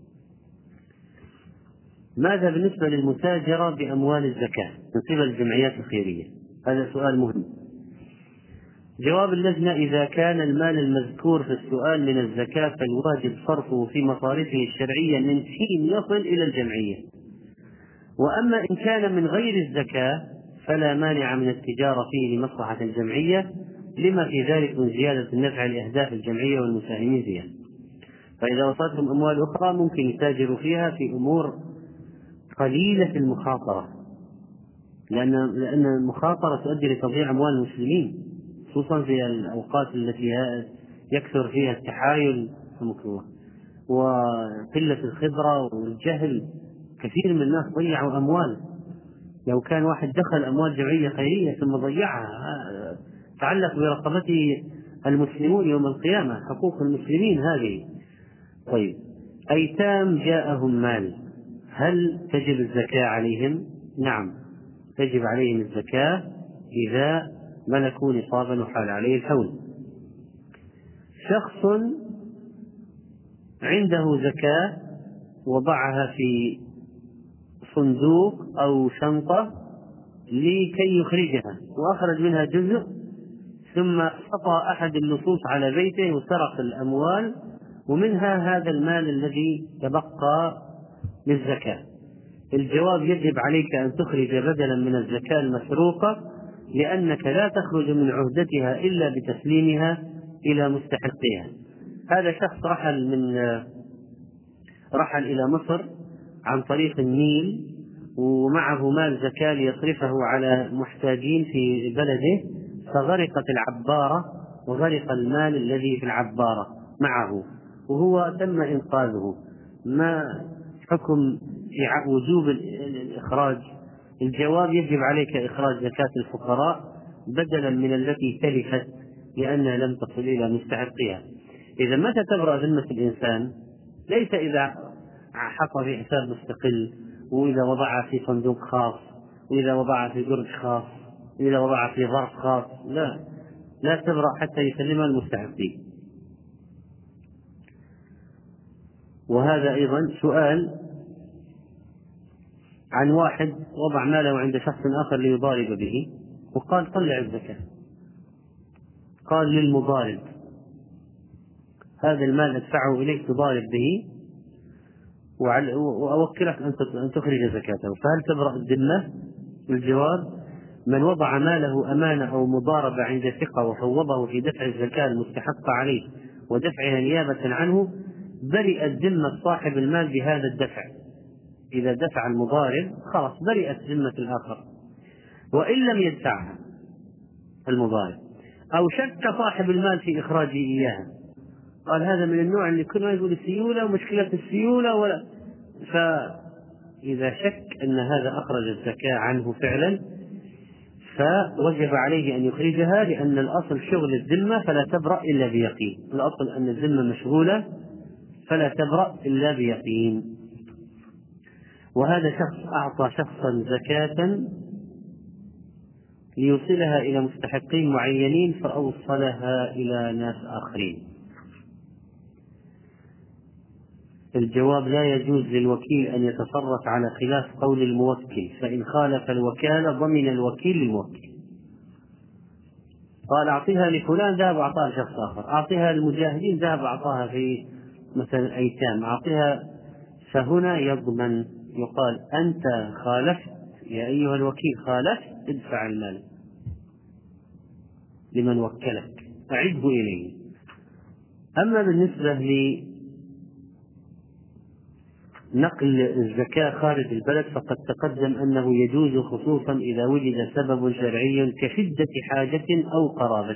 ماذا بالنسبة للمتاجرة بأموال الزكاة من قبل الجمعيات الخيرية؟ هذا سؤال مهم. جواب اللجنة: إذا كان المال المذكور في السؤال من الزكاة فالواجب صرفه في مصارفه الشرعية من حين يصل إلى الجمعية. وأما إن كان من غير الزكاة فلا مانع من التجارة فيه لمصلحة الجمعية لما في ذلك من زيادة النفع لأهداف الجمعية والمساهمين فيها. فإذا وصلتهم أموال أخرى ممكن يتاجروا فيها في أمور قليلة المخاطرة، لأن المخاطرة تؤدي لتضييع أموال المسلمين، خصوصا في الأوقات التي يكثر فيها التحايل وقلة الخبرة والجهل. كثير من الناس ضيعوا أموال. لو كان واحد دخل أموال جمعية خيرية ثم ضيعها تعلق برقبته المسلمون يوم القيامة، حقوق المسلمين هذه. طيب، أيتام جاءهم مال، هل تجب الزكاة عليهم؟ نعم، تجب عليهم الزكاة إذا ملكوا نصابا وحال عليه الحول. شخص عنده زكاة وضعها في صندوق أو شنطة لكي يخرجها، وأخرج منها جزء، ثم خطأ أحد اللصوص على بيته وسرق الأموال، ومنها هذا المال الذي تبقى للزكاة. الجواب: يجب عليك أن تخرج بدلا من الزكاة المسروقة، لأنك لا تخرج من عهدتها إلا بتسليمها إلى مستحقها. هذا شخص رحل إلى مصر عن طريق النيل، ومعه مال زكاة ليصرفه على محتاجين في بلده، فغرقت العبارة وغرق المال الذي في العبارة معه، وهو تم إنقاذه. ما حكم وجوب الإخراج؟ الجواب: يجب عليك إخراج زكاة الفقراء بدلا من التي تلفت لأنها لم تصل إلى مستحقها. إذا متى تبرأ ذمة الإنسان؟ ليس إذا حط في حساب مستقل، وإذا وضعها في صندوق خاص، وإذا وضعها في درج خاص، وإذا وضعها في ظرف خاص، لا تبرأ حتى يسلمها المستحقين. وهذا أيضا سؤال عن واحد وضع ماله عند شخص آخر ليضارب به، وقال: طلع الزكاة. قال للمضارب: هذا المال أدفعه إليك تضارب به، وأوكلك أن تخرج زكاته، فهل تبرأ الذمة؟ الجواب: من وضع ماله أمانة أو مضاربة عند ثقة وفوضه في دفع الزكاة المستحقة عليه ودفعها نيابة عنه، برئت ذمة صاحب المال بهذا الدفع. إذا دفع المضارب خلاص برئت ذمة الآخر. وإن لم يدفعها المضارب أو شك صاحب المال في إخراجه إياها، قال هذا من النوع اللي كل ما يقول السيولة ومشكلة السيولة فإذا شك أن هذا أخرج الزكاة عنه فعلا فوجب عليه أن يخرجها، لأن الأصل شغل الذمة فلا تبرأ إلا بيقين. الأصل أن الذمة مشغولة فلا تبرأ إلا بيقين. وهذا شخص أعطى شخصا زكاة ليوصلها إلى مستحقين معينين فأوصلها إلى ناس آخرين. الجواب: لا يجوز للوكيل أن يتصرف على خلاف قول الموكل، فإن خالف الوكالة ضمن الوكيل للموكل. قال: أعطيها لفلان، ذهب أعطاها لشخص آخر. أعطيها للمجاهدين، ذهب أعطاها في مثلا أيتام. أعطيها، فهنا يضمن. يقال: أنت خالفت يا أيها الوكيل، خالفت، ادفع المال لمن وكلك، أعده إليه. أما بالنسبة لنقل الزكاة خارج البلد فقد تقدم أنه يجوز، خصوصا إذا وجد سبب شرعي كشدة حاجة أو قرابة.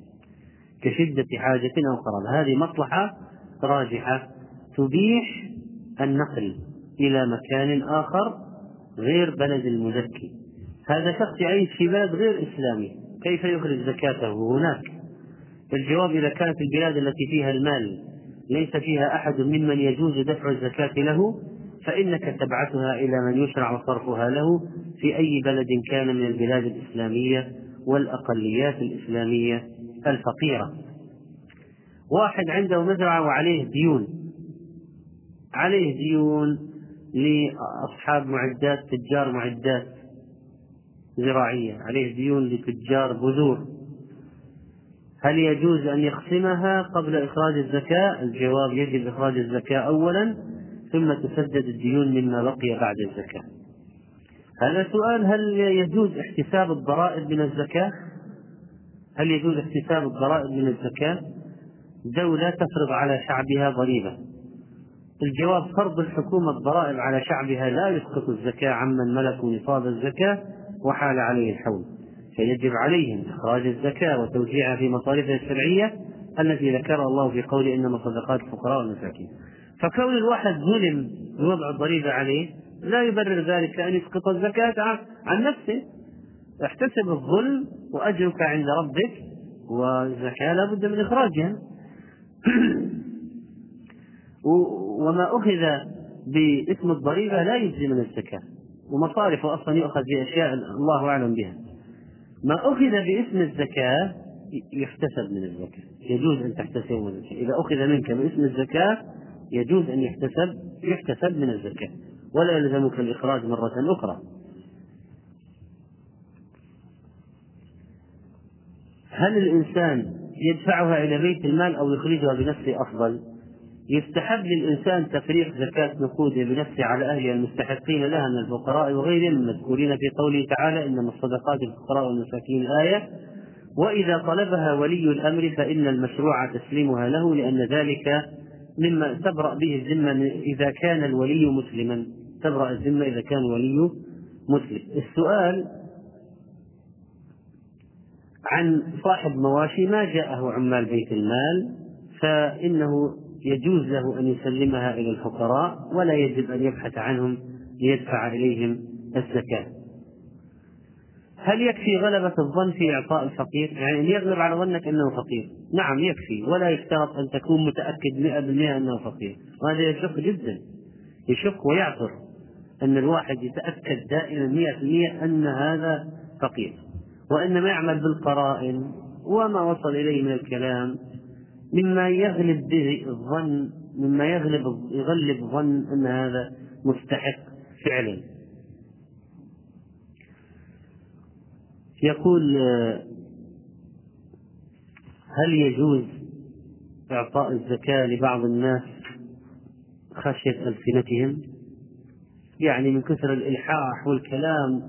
هذه مصلحة راجحة تبيح النقل إلى مكان آخر غير بلد المزكي. هذا شخص يعيش في بلد غير إسلامي، كيف يخرج زكاته هناك؟ الجواب: إذا كانت البلاد التي فيها المال ليس فيها أحد ممن يجوز دفع الزكاة له، فإنك تبعثها إلى من يشرع صرفها له في أي بلد كان من البلاد الإسلامية والأقليات الإسلامية الفقيرة. واحد عنده مزرعة وعليه ديون لأصحاب تجار معدات زراعية، عليه ديون لتجار بذور، هل يجوز أن يقسمها قبل إخراج الزكاة؟ الجواب: يجب إخراج الزكاة أولا ثم تسدد الديون مما بقي بعد الزكاة. هذا سؤال. هل يجوز احتساب الضرائب من الزكاة؟ هل يجوز احتساب الضرائب من الزكاة؟ دولة تفرض على شعبها ضريبة. الجواب: فرض الحكومة الضرائب على شعبها لا يسقط الزكاة عمن ملكوا نصاب الزكاة وحال عليه الحول، فيجب عليهم إخراج الزكاة وتوزيعها في مصاريفها الشرعية التي ذكرها الله في قوله إنما صدقات الفقراء والمساكين. فكون الواحد ظلم بوضع الضريبة عليه لا يبرر ذلك أن يسقط الزكاة عن نفسه. احتسب الظلم وأجرك عند ربك، والزكاة لا بد من إخراجها. وما أخذ باسم الضريبة لا يجزي من الزكاة، ومصارفه أصلا يؤخذ بأشياء الله أعلم بها. ما أخذ باسم الزكاة يحتسب من الزكاة، يجوز أن تحتسب من الزكاة. إذا أخذ منك باسم الزكاة يجوز أن يحتسب من الزكاة، ولا يلزمك الإخراج مرة أخرى. هل الإنسان يدفعها إلى بيت المال أو يخرجها بنفسه أفضل؟ يستحب للإنسان تفريق زكاة نقوده بنفسه على أهلها المستحقين لها من الفقراء وغيرهم المذكورين في قوله تعالى إنما الصدقات للفقراء والمساكين الآية. وإذا طلبها ولي الأمر فإن المشروع تسليمها له، لأن ذلك مما تبرأ به الذمة إذا كان الولي مسلما، تبرأ الذمة إذا كان الولي مسلم. السؤال عن صاحب مواشي ما جاءه عمال بيت المال، فإنه يجوز له أن يسلمها إلى الفقراء ولا يجب أن يبحث عنهم ليدفع إليهم الزكاة. هل يكفي غلبة الظن في إعطاء الفقير؟ يعني أن يغلب على ظنك أنه فقير. نعم يكفي، ولا يشترط أن تكون متأكد 100% أنه فقير، وهذا يشق جدا، يشق ويعثر أن الواحد يتأكد دائما 100% أن هذا فقير، وإنما يعمل بالقرائن وما وصل إليه من الكلام مما يغلب به الظن، مما يغلب ظن أن هذا مستحق فعلا. يقول: هل يجوز إعطاء الزكاة لبعض الناس خشية ألسنتهم؟ يعني من كثر الإلحاح والكلام.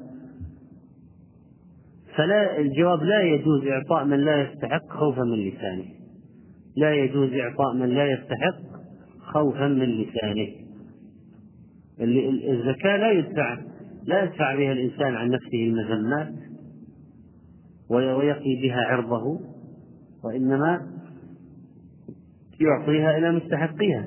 فلا، الجواب: لا يجوز إعطاء من لا يستحق خوفا من لسانه. لا يجوز إعطاء من لا يستحق خوفا من لسانه. الزكاة لا يدفع بها الإنسان عن نفسه المذمات ويقي بها عرضه، وإنما يعطيها إلى مستحقيها.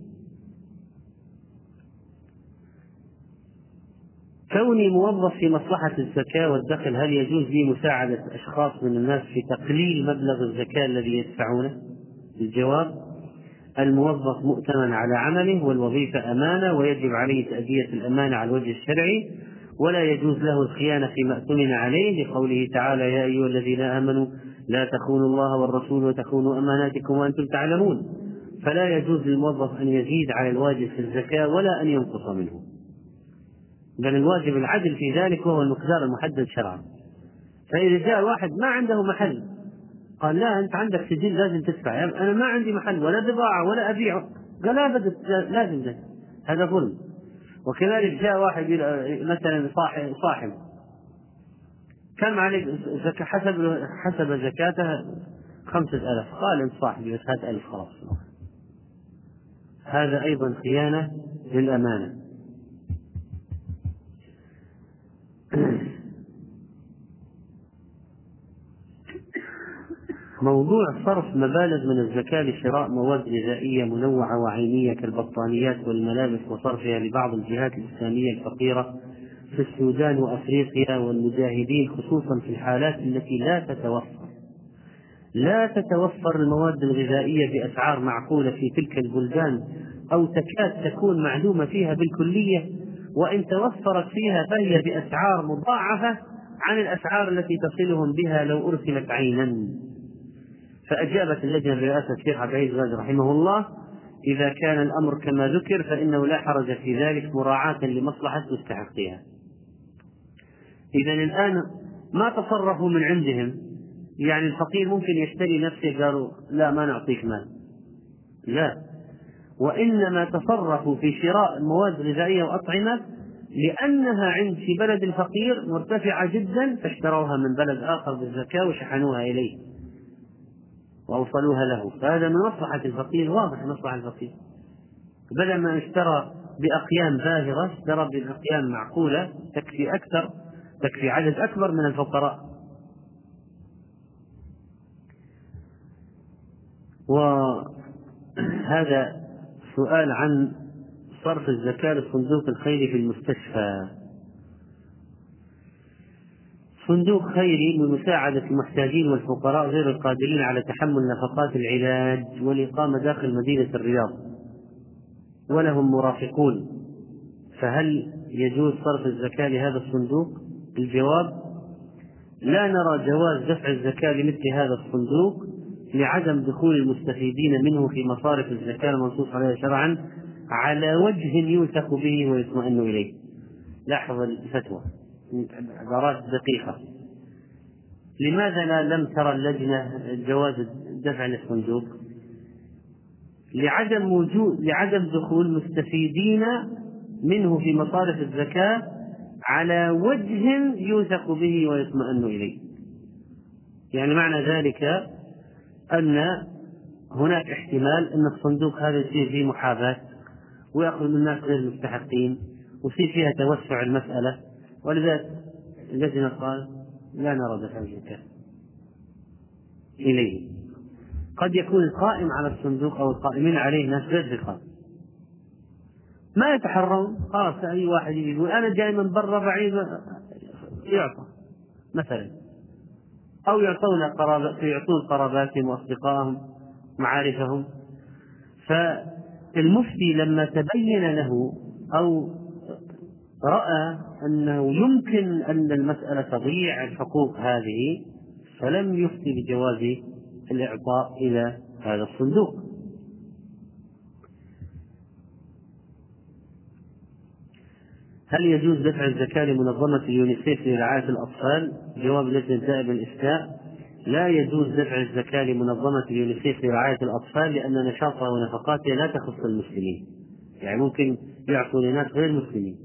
كوني موظف في مصلحة الزكاة والدخل، هل يجوز لي مساعدة أشخاص من الناس في تقليل مبلغ الزكاة الذي يدفعونه؟ الجواب: الموظف مؤتمن على عمله، والوظيفة أمانة ويجب عليه تأدية الأمانة على الوجه الشرعي، ولا يجوز له الخيانة فيما اؤتمن عليه، لقوله تعالى: يا أيها الذين آمنوا لا تخونوا الله والرسول وتخونوا أماناتكم وأنتم تعلمون. فلا يجوز للموظف أن يزيد على الواجب في الزكاة ولا أن ينقص منه، بل الواجب العدل في ذلك وهو المقدار المحدد شرعا. فإذا جاء واحد ما عنده محل قال: لا أنت عندك سجل لازم تدفع، أنا ما عندي محل ولا بضاعة ولا أبيع، قال: لا بدك لازم ده، هذا ظلم. وكذلك جاء واحد مثلا صاحب كم عليه زكاة، حسب زكاته 5000، قال أنت صاحبي بس هات 1000 خلاص، هذا أيضا خيانة للأمانة. موضوع صرف مبالغ من الزكاة لشراء مواد غذائية منوعة وعينية كالبطانيات والملابس وصرفها لبعض الجهات الإسلامية الفقيرة في السودان وأفريقيا والمجاهدين، خصوصا في الحالات التي لا تتوفر المواد الغذائية بأسعار معقولة في تلك البلدان، أو تكاد تكون معدومة فيها بالكلية، وإن توفرت فيها فهي بأسعار مضاعفة عن الأسعار التي تصلهم بها لو أرسلت عينا. فأجابت اللجنة برئاسة الشيخ عبد العزيز باز رحمه الله: إذا كان الأمر كما ذكر فإنه لا حرج في ذلك مراعاة لمصلحة مستحقها. إذن الآن ما تصرفوا من عندهم، يعني الفقير ممكن يشتري نفسه قالوا لا ما نعطيك مال، لا، وإنما تصرفوا في شراء مواد غذائية وأطعمة لأنها عند في بلد الفقير مرتفعة جدا، فاشتروها من بلد آخر بالزكاة وشحنوها إليه وأوصلوها له، فهذا من مصلحة الفقير، واضح مصلحة الفقير. بدل ما اشترى بأقيام باهظة اشترى بأقيام معقولة تكفي أكثر، تكفي عدد أكبر من الفقراء. وهذا سؤال عن صرف الزكاة للصندوق الخيري في المستشفى. صندوق خيري لمساعدة المحتاجين والفقراء غير القادرين على تحمل نفقات العلاج والإقامة داخل مدينة الرياض، ولهم مرافقون، فهل يجوز صرف الزكاة لهذا الصندوق؟ الجواب: لا نرى جواز دفع الزكاة لمثل هذا الصندوق لعدم دخول المستفيدين منه في مصارف الزكاة المنصوص عليها شرعا على وجه يوثق به ويطمئن إليه. لاحظ الفتوى، عبارات دقيقة. لماذا لم ترى اللجنة جواز الدفع للصندوق؟ لعدم دخول مستفيدين منه في مصارف الزكاة على وجه يوثق به ويطمئن إليه. يعني معنى ذلك أن هناك احتمال أن الصندوق هذا يصير فيه محاباة ويأخذ من الناس غير المستحقين ويصير فيها توسع المسألة، ولذلك اللجنة قال لا نرى دفع الزكاة إليه. قد يكون القائم على الصندوق أو القائمين عليه ناس غير ثقة ما يتحرون، خلاص أي واحد يقول أنا جاي من برا بعيد يعطى مثلا، أو يعطون قراباتهم وأصدقائهم معارفهم. فالمفتي لما تبين له أو رأى أنه يمكن أن المسألة تضيع الحقوق هذه فلم يفتي بجواز الإعطاء إلى هذا الصندوق. هل يجوز دفع الزكاة لمنظمة اليونيسيف لرعاية الأطفال؟ جواب لجنة دائما الإفتاء: لا يجوز دفع الزكاة لمنظمة اليونيسيف لرعاية الأطفال، لأن نشاطها ونفقاتها لا تخص المسلمين، يعني ممكن يعطوا لناس غير المسلمين،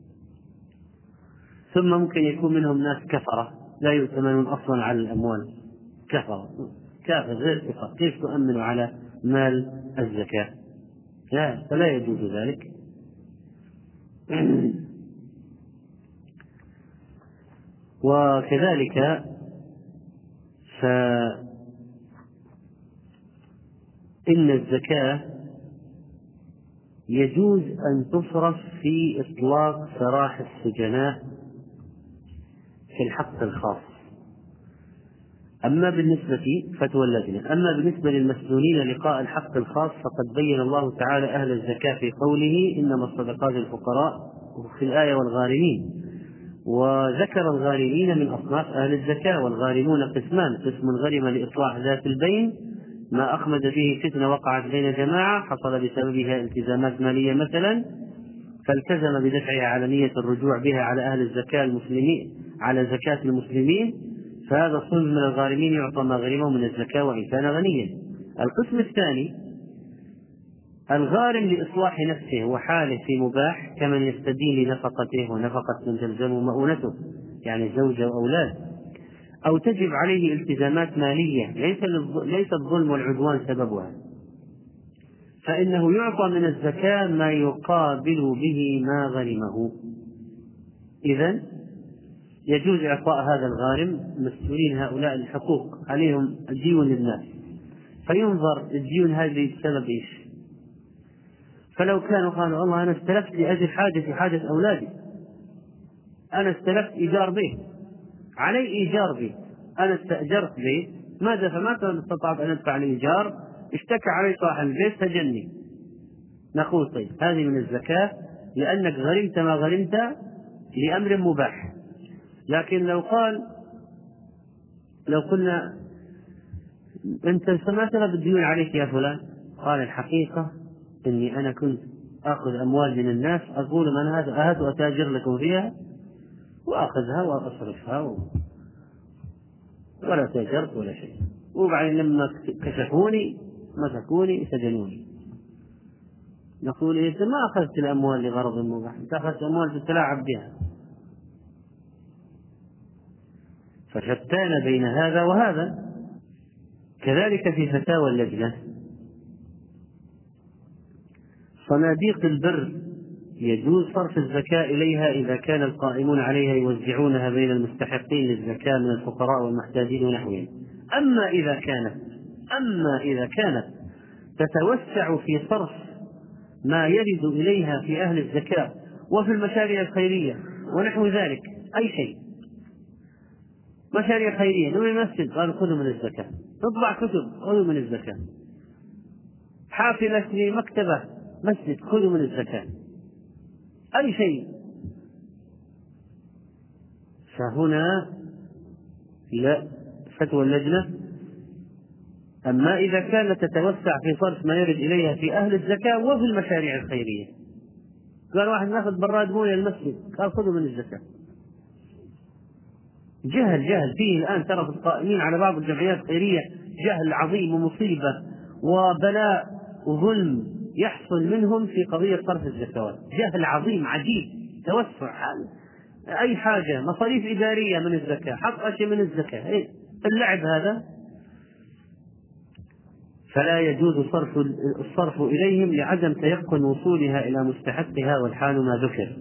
ثم ممكن يكون منهم ناس كفرة لا يؤتمنون أصلا على الأموال، كافر غير ثقة، كيف تؤمن على مال الزكاة؟ لا، فلا يجوز ذلك. وكذلك فإن الزكاة يجوز أن تصرف في إطلاق سراح السجناء في الحق الخاص. أما بالنسبة فتوى اللجنة، أما بالنسبة للمسجونين لقاء الحق الخاص فقد بين الله تعالى أهل الزكاة في قوله إنما الصدقات للفقراء في الآية والغارمين، وذكر الغارمين من أصناف أهل الزكاة. والغارمون قسمان: قسم غرم لإصلاح ذات البين ما أخمد به فتنة وقعت بين جماعة حصل بسببها التزامات مالية مثلا فالتزم بدفعها على نية الرجوع بها على أهل الزكاة المسلمين على زكاة المسلمين، فهذا الصنف من الغارمين يعطى ما غرمه من الزكاة وإن كان غنيا. القسم الثاني الغارم لإصلاح نفسه وحاله في مباح كمن يستدين لنفقته ونفقة من تلزمه مؤونته، يعني زوجة وأولاد، أو تجب عليه التزامات مالية ليس الظلم والعدوان سببها، فإنه يعطى من الزكاة ما يقابل به ما غرمه. إذن يجوز إعطاء هذا الغارم مسؤولين هؤلاء الحقوق عليهم الديون للناس، فينظر الديون هذه بسبب إيش. فلو كانوا قالوا والله أنا استلفت لأجل حاجة أولادي، أنا استلفت إيجار بيت، علي إيجار بيت، أنا استأجرت بيت فما استطعت أن أدفع الإيجار، اشتكى علي صاحب البيت سجنني، نقول طيب هذه من الزكاة لأنك غرمت ما غرمت لأمر مباح. لكن لو قلنا أنت ما سبب الديون عليك يا فلان؟ قال الحقيقة إني أنا كنت أخذ أموال من الناس أقول من هذا أتاجر لكم فيها وأخذها وأصرفها ولا تاجرت ولا شيء، وبعدين لما كشفوني مسكوني سجنوني. نقول إيه، أنت ما أخذت الأموال لغرض مباح، أنت أخذت أموال تتلاعب بها. فشتان بين هذا وهذا. كذلك في فتاوى اللجنة، صناديق البر يجوز صرف الزكاة إليها إذا كان القائمون عليها يوزعونها بين المستحقين للزكاة من الفقراء والمحتاجين ونحوهم. أما إذا كانت تتوسع في صرف ما يرد إليها في أهل الزكاة وفي المشاريع الخيرية ونحو ذلك، أي شيء، مشاريع خيرية، نبني مسجد قالوا خذوا من الزكاة، نطبع كتب خذوا من الزكاة، حافلة لمكتبة مسجد خذوا من الزكاة، أي شيء، فهنا لا، فتوى اللجنة: أما إذا كانت تتوسع في صرف ما يرد إليها في أهل الزكاة وفي المشاريع الخيرية. قال واحد ناخذ براد موية المسجد، قال خذوا من الزكاة. جهل فيه الآن، ترى في القائمين على بعض الجمعيات الخيرية جهل عظيم ومصيبة وبلاء وظلم يحصل منهم في قضية صرف الزكوات، جهل عظيم عجيب، توسع أي حاجة، مصاريف إدارية من الزكاة، حط أشياء من الزكاة، اللعب هذا. فلا يجوز الصرف إليهم لعدم تيقن وصولها إلى مستحقها، والحال ما ذكر.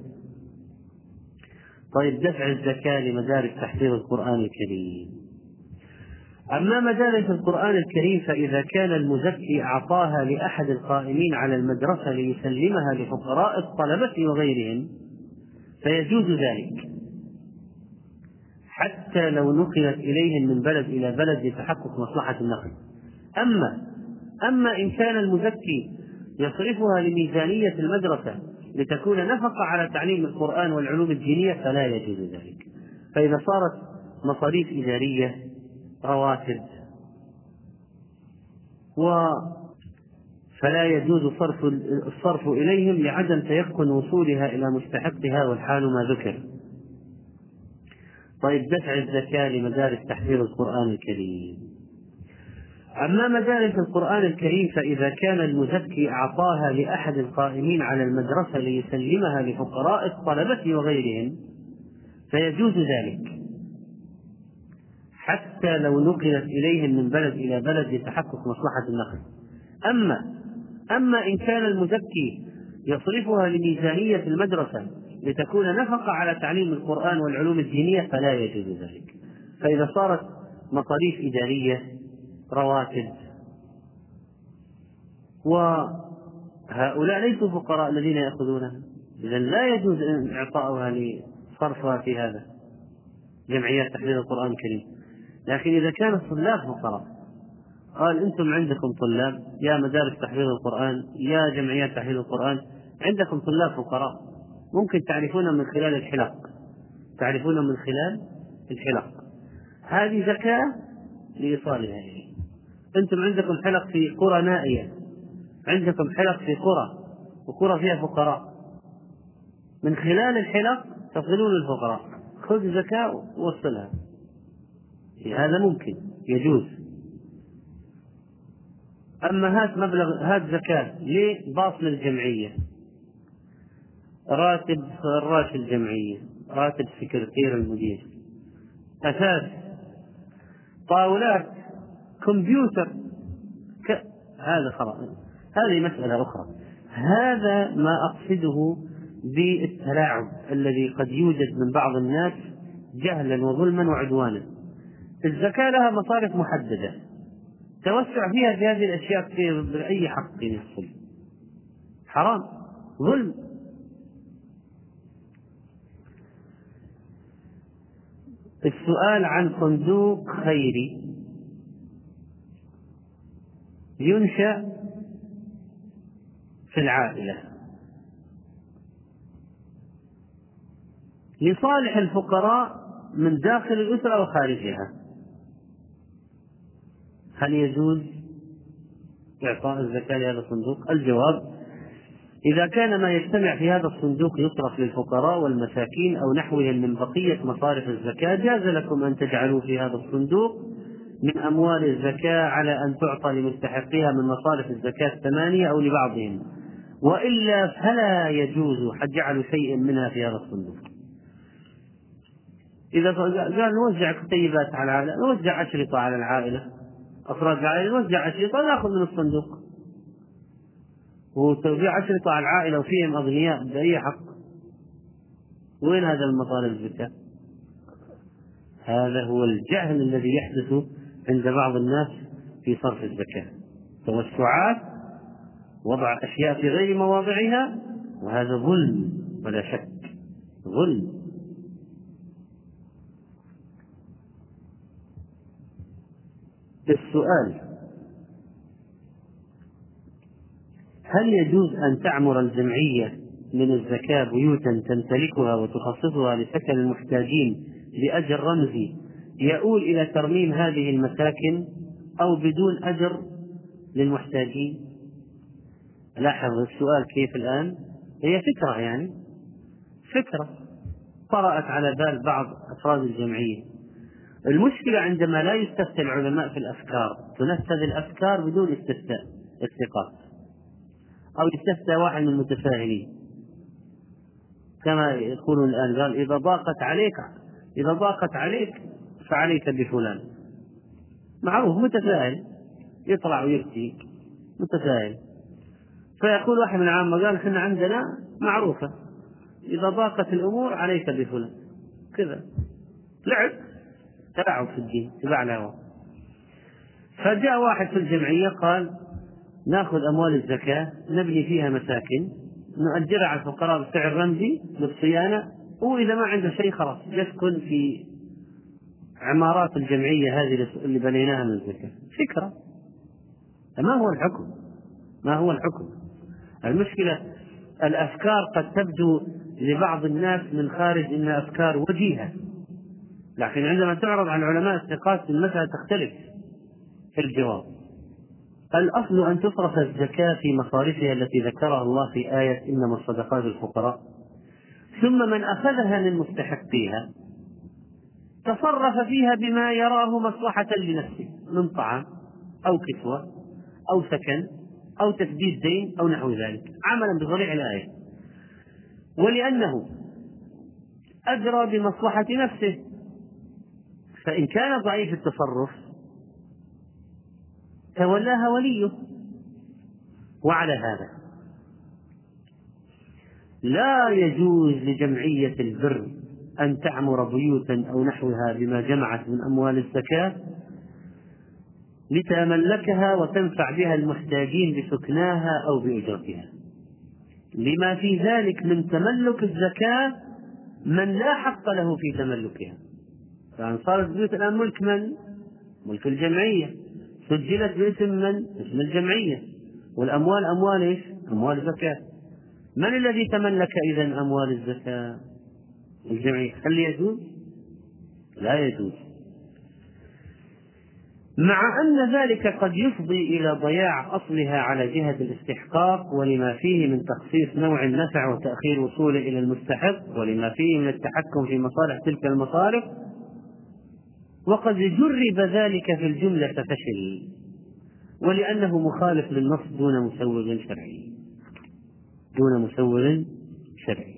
طيب، دفع الزكاة لمدارس تحفيظ القرآن الكريم. أما مدارس القرآن الكريم فإذا كان المزكي أعطاها لأحد القائمين على المدرسة ليسلمها لفقراء الطلبة وغيرهم فيجوز ذلك، حتى لو نقلت إليهم من بلد إلى بلد لتحقق مصلحة النقل. أما إن كان المزكي يصرفها لميزانية المدرسة لتكون نفقة على تعليم القرآن والعلوم الدينية فلا يجوز ذلك. فإذا صارت مصاريف إدارية، رواتب، فلا يجوز الصرف إليهم لعدم تيقن وصولها إلى مستحقها، والحال ما ذكر. طيب، دفع الزكاة لمدارس تحفيظ القرآن الكريم. أما مدارس القرآن الكريم فإذا كان المزكي أعطاها لأحد القائمين على المدرسة ليسلمها لفقراء الطلبة وغيرهم فيجوز ذلك، حتى لو نقلت إليهم من بلد إلى بلد لتحقق مصلحة النقل. أما إن كان المزكي يصرفها لميزانية المدرسة لتكون نفقة على تعليم القرآن والعلوم الدينية فلا يجوز ذلك. فإذا صارت مصاريف إدارية، رواتب، وهؤلاء ليسوا فقراء الذين يأخذونها، إذن لا يجوز إعطاؤها لصرفها في هذا جمعيات تحفيظ القرآن الكريم. لكن إذا كان الطلاب فقراء، قال أنتم عندكم طلاب يا مدارس تحفيظ القرآن يا جمعيات تحفيظ القرآن، عندكم طلاب فقراء ممكن تعرفون من خلال الحلق، هذه زكاة لإيصالها إليه. أنتم عندكم حلق في قرى نائية، عندكم حلق في وقرى فيها فقراء، من خلال الحلق تصلون الفقراء، خذ زكاة ووصلها، هذا ممكن يجوز. أما هات زكاة لباطل الجمعية، راتب فراش الجمعية، راتب سكرتير المدير، أثاث، طاولات، كمبيوتر، هذا خلاص، هذه مسألة أخرى. هذا ما أقصده بالتلاعب الذي قد يوجد من بعض الناس جهلا وظلما وعدوانا. الزكاة لها مصارف محددة، توسع فيها في هذه الأشياء بأي حق يحصل حرام، ظلم. السؤال عن صندوق خيري ينشأ في العائلة لصالح الفقراء من داخل الأسرة وخارجها، هل يجوز إعطاء الزكاة لهذا الصندوق؟ الجواب: إذا كان ما يجتمع في هذا الصندوق يصرف للفقراء والمساكين أو نحوهم من بقية مصارف الزكاة جاز لكم أن تجعلوا في هذا الصندوق من أموال الزكاة على أن تعطى لمستحقها من مصارف الزكاة 8 أو لبعضهم، وإلا فلا يجوز جعل شيء منها في هذا الصندوق. إذا قال نوزع كتيبات على العائلة، نوزع أشرطة على العائلة، أفراد العائلة نوزع أشرطة، نأخذ من الصندوق. وتوزيع أشرطة على العائلة وفيهم أغنياء بأي حق؟ وين هذا المطالب الزكاة؟ هذا هو الجهل الذي يحدث عند بعض الناس في صرف الزكاة، توسعات، وضع أشياء في غير مواضعها، وهذا ظلم ولا شك، ظلم. السؤال: هل يجوز أن تعمر الجمعية من الزكاة بيوتا تمتلكها وتخصصها لسكن المحتاجين بأجر رمزي يؤول إلى ترميم هذه المساكن أو بدون أجر للمحتاجين؟ لاحظ السؤال كيف الآن، هي فكرة، يعني فكرة طرأت على بال بعض أفراد الجمعية. المشكلة عندما لا يستفتى العلماء في الأفكار، تنفذ الأفكار بدون استقاط، أو يستفتى واحد من المتفاهمين كما يقولون الآن، قال إذا ضاقت عليك فعليك بفلان. معروف، متفاهل، يطلع ويفتي متفاهل. فيقول واحد من العامة، قال احنا عندنا معروفة، إذا ضاقت الأمور عليك بفلان، كذا تلاعب في الدين، تبع الهوى. فجاء واحد في الجمعية قال نأخذ أموال الزكاة نبني فيها مساكن، نؤجرها على الفقراء بسعر رمزي للصيانة، وإذا ما عنده شيء خلاص يسكن في عمارات الجمعية هذه اللي بنيناها من الزكاة. فكرة. ما هو الحكم؟ المشكلة الأفكار قد تبدو لبعض الناس من خارج إنها أفكار وجيهة، لكن عندما تعرض على العلماء الثقات المسألة تختلف في الجواب. الأصل أن تصرف الزكاة في مصارفها التي ذكرها الله في آية إنما الصدقات للفقراء، ثم من أخذها من مستحقيها تصرف فيها بما يراه مصلحة لنفسه من طعام أو كسوة أو سكن أو تسديد دين أو نحو ذلك، عملا بصريح الآية. ولأنه أدرى بمصلحة نفسه، فإن كان ضعيف التصرف تولاها وليه. وعلى هذا لا يجوز لجمعية البر أن تعمر بيوتا أو نحوها بما جمعت من أموال الزكاة لتملكها وتنفع بها المحتاجين بسكناها أو بأجرتها، لما في ذلك من تملك الزكاة من لا حق له في تملكها. فأن صارت البيوت الآن ملك من؟ ملك الجمعية، سجلت باسم من؟ اسم الجمعية، والأموال أموال إيش؟ أموال زكاة. من الذي تملك إذن أموال الزكاة؟ الجمعية. هل يجوز؟ لا يجوز، مع أن ذلك قد يفضي إلى ضياع أصلها على جهة الاستحقاق، ولما فيه من تخصيص نوع النفع وتأخير وصوله إلى المستحق، ولما فيه من التحكم في مصالح تلك المصارف، وقد جرب ذلك في الجملة ففشل، ولأنه مخالف للنص دون مسوغ شرعي.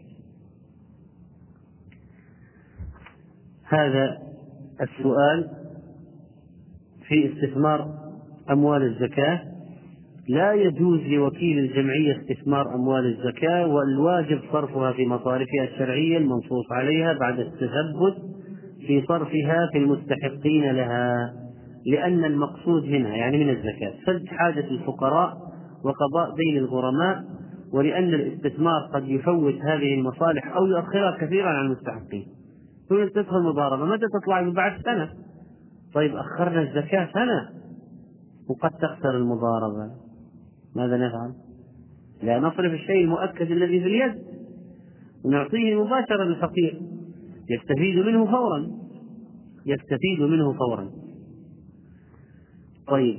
هذا السؤال في استثمار أموال الزكاة. لا يجوز لوكيل الجمعية استثمار أموال الزكاة، والواجب صرفها في مصارفها الشرعية المنصوص عليها بعد التثبت في صرفها في المستحقين لها، لأن المقصود منها يعني من الزكاة سد حاجة الفقراء وقضاء دين الغرماء، ولأن الاستثمار قد يفوت هذه المصالح أو يؤخرها كثيرا عن المستحقين. تقول تدخل مضاربة، متى تطلع؟ بعد سنة. طيب أخرنا الزكاة سنة وقد تخسر المضاربة، ماذا نفعل؟ لا نصرف الشيء المؤكد الذي في اليد ونعطيه مباشرة للفقير يستفيد منه فورا. طيب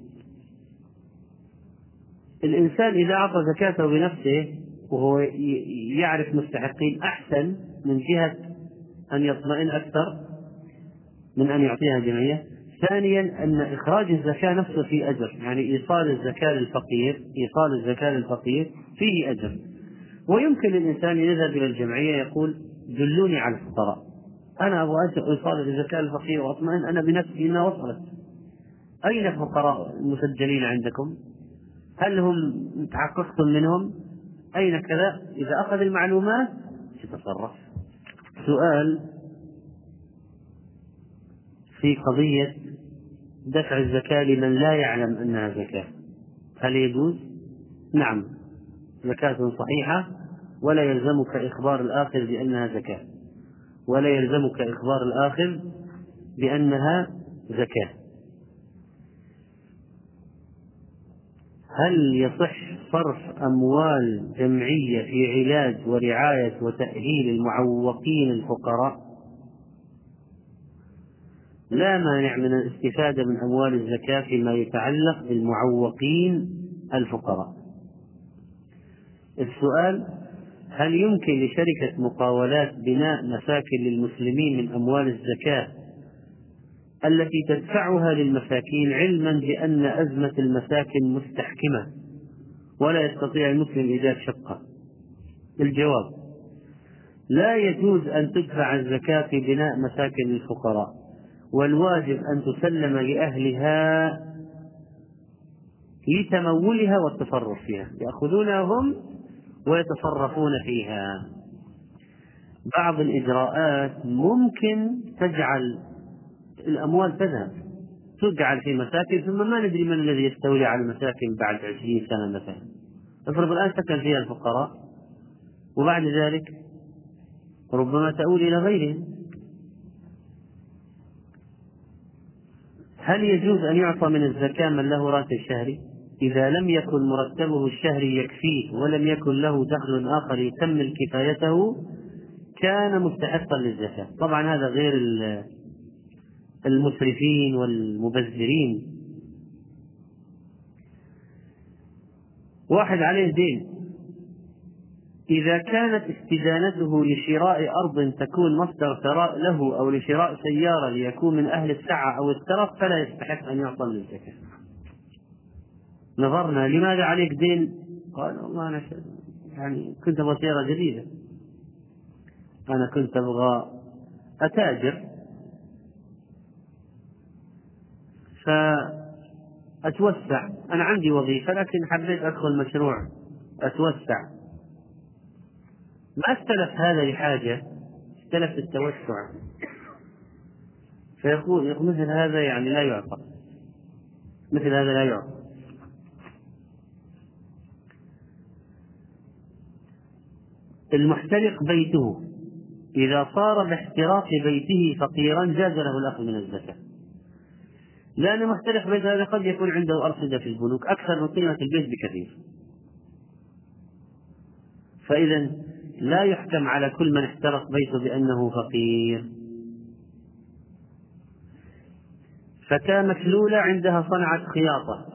الإنسان إذا أعطى زكاته بنفسه وهو يعرف مستحقين أحسن من جهة أن يطمئن أكثر من أن يعطيها جمعية. ثانيا أن إخراج الزكاة نفسه فيه أجر، يعني إيصال الزكاة للفقير فيه أجر. ويمكن للإنسان يذهب إلى الجمعية يقول دلوني على الفقراء، أنا أبغى إيصال الزكاة للفقير وأطمئن أنا بنفسي أنها وصلت. أين الفقراء المسجلين عندكم؟ هل هم تعققتم منهم؟ أين كذا؟ إذا أخذ المعلومات يتصرف. سؤال في قضية دفع الزكاة لمن لا يعلم أنها زكاة، هل يجوز؟ نعم، زكاة صحيحة، ولا يلزمك إخبار الآخر بأنها زكاة، ولا يلزمك إخبار الآخر بأنها زكاة. هل يصح صرف أموال جمعية في علاج ورعاية وتأهيل المعوقين الفقراء؟ لا مانع من الاستفادة من أموال الزكاة فيما يتعلق بالمعوقين الفقراء. السؤال: هل يمكن لشركة مقاولات بناء مساكن للمسلمين من أموال الزكاة التي تدفعها للمساكين علما بأن أزمة المساكن مستحكمة ولا يستطيع المسلم إيجاد شقة؟ الجواب: لا يجوز أن تدفع الزكاة في بناء مساكن الفقراء، والواجب أن تسلم لأهلها لتمولها والتصرف فيها، يأخذونها هم ويتصرفون فيها. بعض الإجراءات ممكن تجعل الأموال تجعل في مساكن ثم ما ندري من الذي يستولي على المساكن بعد 20 سنة مثلا. افرض الآن سكن فيها الفقراء وبعد ذلك ربما تؤول إلى غيرهم. هل يجوز أن يعطى من الزكاة من له راتب شهري إذا لم يكن مرتبه الشهري يكفيه ولم يكن له دخل آخر يكمل كفايته كان مستحقا للزكاة؟ طبعا هذا غير المسرفين والمبذرين. واحد عليه دين، إذا كانت استدانته لشراء أرض تكون مصدر ثراء له أو لشراء سيارة ليكون من أهل السعة أو الترف فلا يستحق أن يعطى للزكاة. نظرنا: لماذا عليك دين؟ قال: والله أنا كنت أبغى سيارة جديدة، أنا كنت أبغى أتاجر فأتوسع، أنا عندي وظيفة لكن حبيت أدخل مشروع أتوسع. ما استلف هذا لحاجة، استلف التوسع. فيقول مثل هذا لا يعطى، مثل هذا لا يعطى. المحترق بيته إذا صار باحتراق بيته فقيرا جاز له الأخذ من الزكاة، لأن محترق بيته هذا قد يكون عنده أرصدة في البنوك أكثر من قيمة البيت بكثير. فإذا لا يحكم على كل من احترق بيته بأنه فقير. فتاة مكلولة عندها صنعة خياطة،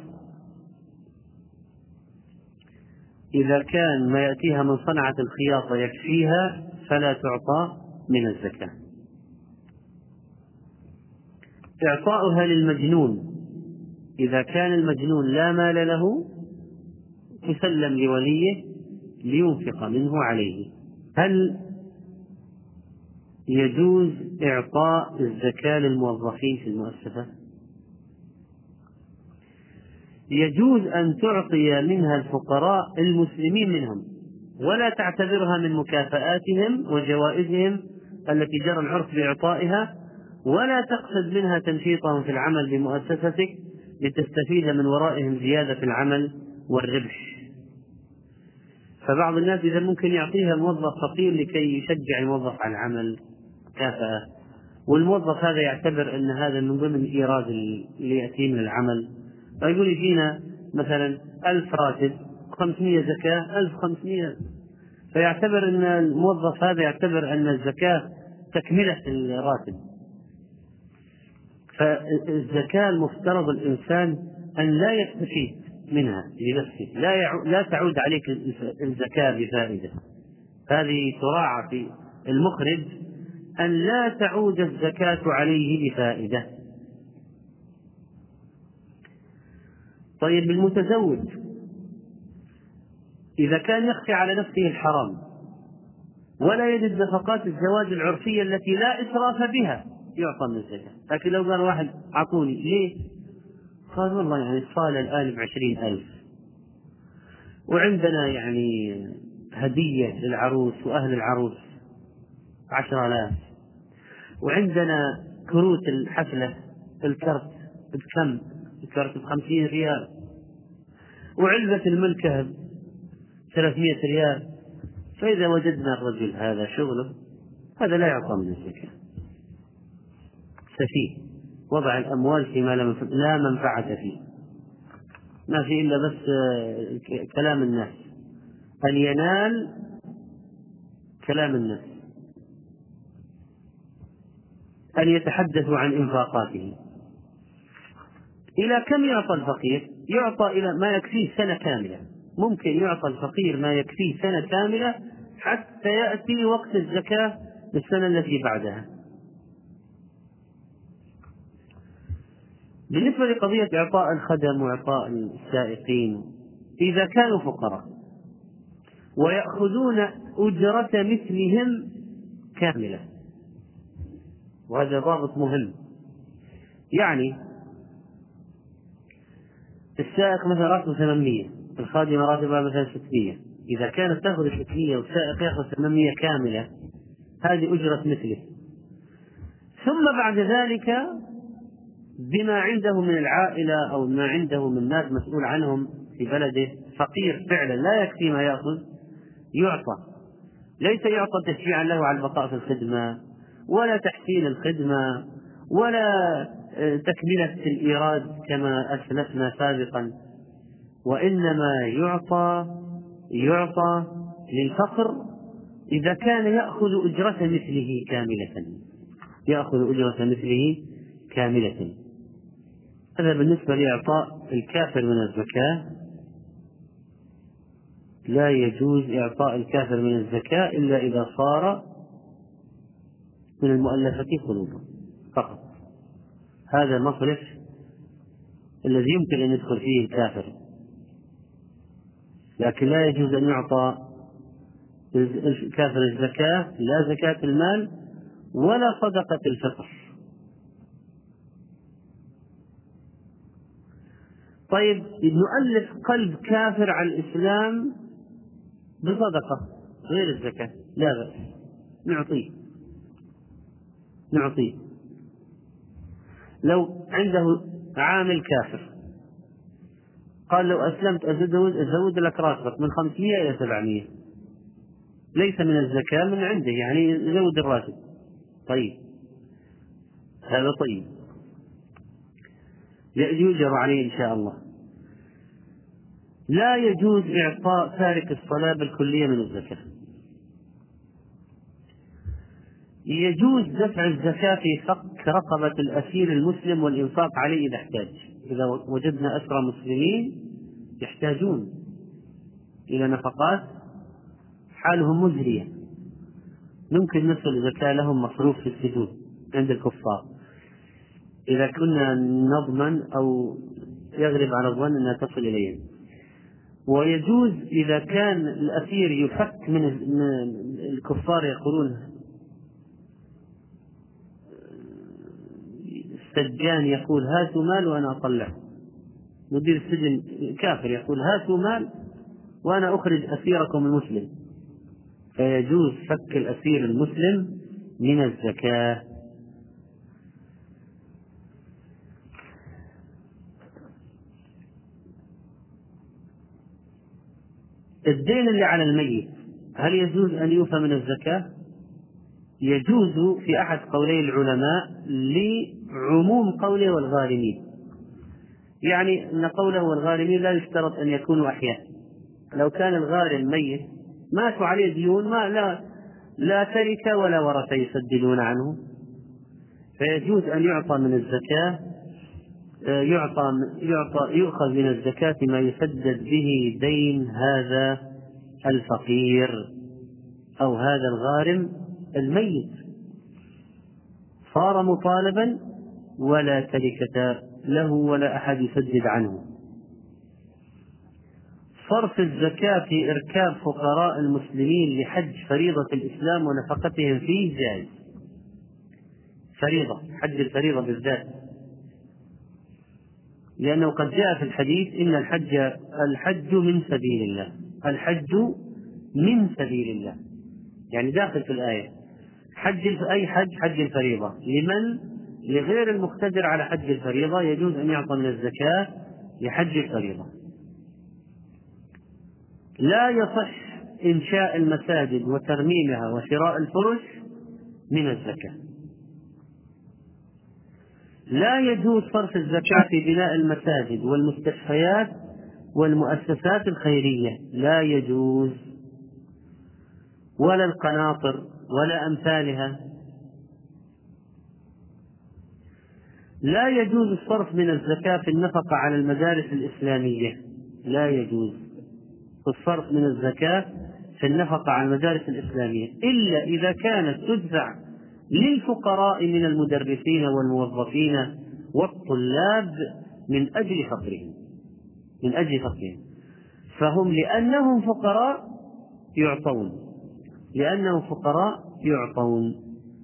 إذا كان ما يأتيها من صنعة الخياطة يكفيها فلا تعطى من الزكاة. إعطاؤها للمجنون، إذا كان المجنون لا مال له تسلم لوليه لينفق منه عليه. هل يجوز إعطاء الزكاة للموظفين في المؤسسة؟ يجوز أن تعطي منها الفقراء المسلمين منهم، ولا تعتبرها من مكافآتهم وجوائزهم التي جرى العرف بإعطائها، ولا تقصد منها تنشيطهم في العمل بمؤسستك لتستفيد من ورائهم زيادة في العمل والربح. فبعض الناس إذا ممكن يعطيها موظف فقير لكي يشجع الموظف على العمل كافأة، والموظف هذا يعتبر أن هذا من ضمن إيراد اللي يأتي من العمل، فيقول يجينا مثلا 1000 راتب 500 زكاة 1500، فيعتبر أن الموظف هذا يعتبر أن الزكاة تكملة الراتب. فالزكاة المفترض الإنسان أن لا يستفيد منها لنفسه، لا تعود عليك الزكاة بفائدة. هذه تراعى في المخرج أن لا تعود الزكاة عليه بفائدة. طيب المتزوج إذا كان يخفي على نفسه الحرام ولا يجد نفقات الزواج العرفية التي لا إسراف بها يعطى من الزكاة. لكن لو قال واحد أعطوني ليه؟ قال والله يعني صال الآن ب20,000، وعندنا يعني هدية للعروس وأهل العروس 10,000، وعندنا كروت الحفلة الكرت بكم؟ الكرت ب50 ريال، وعلبة الملكة 300 ريال. فإذا وجدنا الرجل هذا شغله هذا لا يعطى من الزكاة، سفيه، وضع الأموال فيما لا منفعة فيه، ما في إلا بس كلام الناس، أن ينال كلام الناس، أن يتحدثوا عن إنفاقاته. إلى كم يعطى الفقير؟ يعطى إلى ما يكفيه سنة كاملة، ممكن يعطى الفقير ما يكفيه سنة كاملة حتى يأتي وقت الزكاة السنة التي بعدها. بالنسبة لقضية إعطاء الخدم وإعطاء السائقين، إذا كانوا فقراء ويأخذون أجرة مثلهم كاملة، وهذا ضابط مهم، يعني السائق مثلا راتبه 800، الخادمة راتبها مثلا 600، إذا كانت تأخذ 600 والسائق يأخذ 800 كاملة هذه أجرة مثله. ثم بعد ذلك بما عنده من العائلة أو ما عنده من ناس مسؤول عنهم في بلده، فقير فعلا لا يكفي ما يأخذ، يعطى، ليس يعطى تشجيعا له على البقاء في الخدمة ولا تحسين الخدمة ولا تكملة الإيراد كما أسلفنا سابقا، وإنما يعطى للفقر إذا كان يأخذ أجرة مثله كاملة، يأخذ أجرة مثله كاملة. هذا بالنسبة لإعطاء الكافر من الزكاة. لا يجوز إعطاء الكافر من الزكاة إلا إذا صار من المؤلفة قلوبهم فقط، هذا المصرف الذي يمكن أن يدخل فيه الكافر، لكن لا يجوز أن يعطى الكافر الزكاة، لا زكاة المال ولا صدقة الفطر. طيب نؤلف قلب كافر على الإسلام بصدقة غير الزكاة، لا بأس، نعطيه. لو عنده عامل كافر قال لو أسلمت أزود لك راتبك من 500 إلى 700، ليس من الزكاة، من عنده يعني يزود الراتب، طيب هذا طيب يؤجر عليه إن شاء الله. لا يجوز إعطاء تارك الصلاة بالكلية من الزكاة. يجوز دفع الزكاة في فك رقبة الأسير المسلم والإنفاق عليه إذا احتاج. إذا وجدنا أسرى مسلمين يحتاجون إلى نفقات حالهم مزرية، ممكن ندفع زكاة لهم مصروف في السجون عند الكفار إذا كنا نضمن أو يغلب على الظن أنها تصل إليهم. ويجوز إذا كان الأسير يفك من الكفار، يقولون السجان يقول هاتوا مال وأنا أطلع، مدير السجن كافر يقول هاتوا مال وأنا أخرج أسيركم المسلم، فيجوز فك الأسير المسلم من الزكاة. الدين اللي على الميت هل يجوز أن يوفى من الزكاة؟ يجوز في أحد قولي العلماء لعموم قوله والغارمين، يعني أن قوله والغارمين لا يشترط أن يكونوا أحياء. لو كان الغارم ميت ماتوا عليه ديون لا تركة ولا ورثة يسددون عنه، فيجوز أن يعطى من الزكاة، يؤخذ من الزكاة ما يسدد به دين هذا الفقير أو هذا الغارم الميت، صار مطالبا ولا تركة له ولا أحد يسدد عنه. صرف الزكاة في إركاب فقراء المسلمين لحج فريضة الإسلام ونفقتهم فيه جائز. فريضة، حج الفريضة بالذات، لأنه قد جاء في الحديث إن الحج من سبيل الله. الحج من سبيل الله يعني داخل في الآية. حج الفريضة لمن؟ لغير المقتدر على حج الفريضة يجوز أن يعطى من الزكاة لحج الفريضة. لا يصح إنشاء المساجد وترميمها وشراء الفرش من الزكاة. لا يجوز صرف الزكاة في بناء المساجد والمستشفيات والمؤسسات الخيرية، لا يجوز، ولا القناطر ولا أمثالها. لا يجوز الصرف من الزكاة في النفقة على المدارس الإسلامية، لا يجوز الصرف من الزكاة في النفقة على المدارس الإسلامية إلا إذا كانت تدفع للفقراء من المدرسين والموظفين والطلاب من أجل فقرهم، فهم لأنهم فقراء يعطون.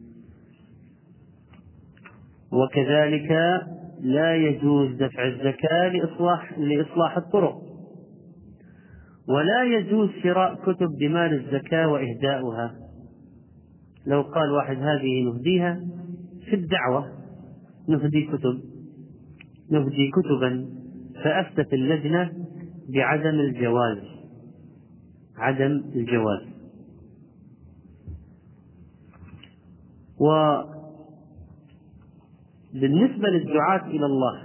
وكذلك لا يجوز دفع الزكاة لإصلاح الطرق، ولا يجوز شراء كتب بمال الزكاة وإهداؤها. لو قال واحد هذه نهديها في الدعوة، نهدي كتبا، فأفتت اللجنة بعدم الجواز. وبالنسبة للدعاة إلى الله،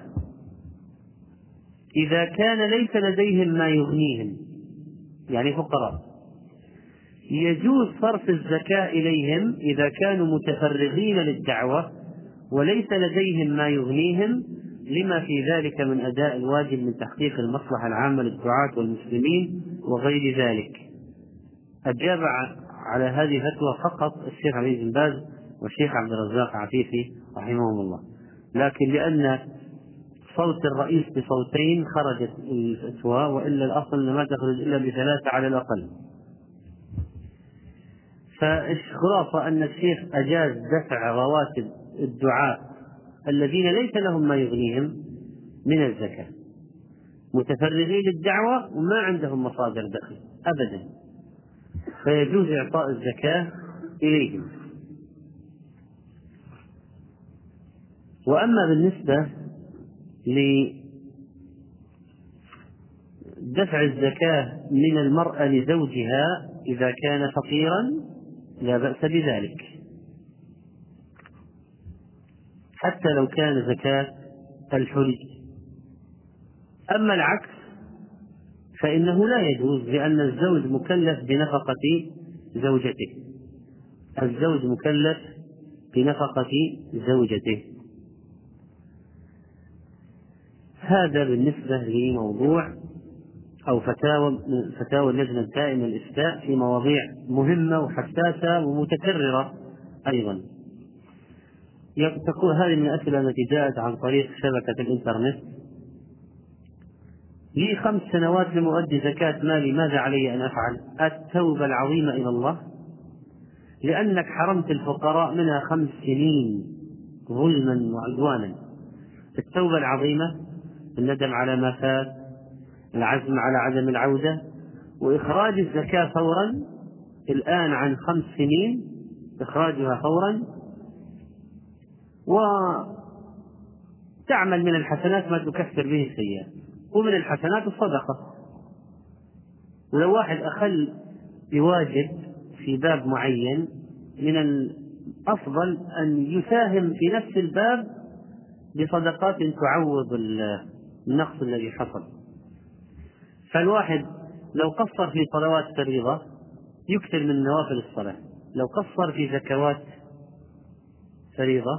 إذا كان ليس لديهم ما يغنيهم، يعني فقراء، يجوز صرف الزكاة إليهم إذا كانوا متفرغين للدعوة وليس لديهم ما يغنيهم، لما في ذلك من أداء الواجب من تحقيق المصلحة العامة للدعاة والمسلمين وغير ذلك. أجاب على هذه الفتوى فقط الشيخ علي بن باز والشيخ عبد الرزاق عفيفي رحمهم الله، لكن لأن صوت الرئيس بصوتين خرجت الفتوى، وإلا الأصل ما تخرج إلا بثلاثة على الأقل. فالخلاصة أن الشيخ أجاز دفع رواتب الدعاة الذين ليس لهم ما يغنيهم من الزكاة، متفرغين للدعوة وما عندهم مصادر دخل أبدا، فيجوز إعطاء الزكاة إليهم. وأما بالنسبة لدفع الزكاة من المرأة لزوجها إذا كان فقيرا لا بأس بذلك، حتى لو كان زكاة الحلي. أما العكس فإنه لا يجوز، لأن الزوج مكلف بنفقة زوجته. هذا بالنسبة لموضوع أو فتاوى اللجنة الدائمة للإفتاء في مواضيع مهمة وحساسة ومتكررة أيضا. تقول هذه من الأسئلة التي جاءت عن طريق شبكة الإنترنت: لي 5 سنوات لم أؤدي زكاة مالي، ماذا علي أن أفعل؟ التوبة العظيمة إلى الله، لأنك حرمت الفقراء منها 5 سنين ظلما وعدوانا. التوبة العظيمة، الندم على ما فات، العزم على عدم العودة، وإخراج الزكاة فورا، الآن عن 5 سنين إخراجها فورا، وتعمل من الحسنات ما تكفر به السيئات، ومن الحسنات الصدقة. ولو واحد أخل بواجب في باب معين، من الأفضل أن يساهم في نفس الباب بصدقات تعوض النقص الذي حصل. فالواحد لو قصر في صلوات فريضة يكثر من نوافل الصلاة، لو قصر في زكوات فريضة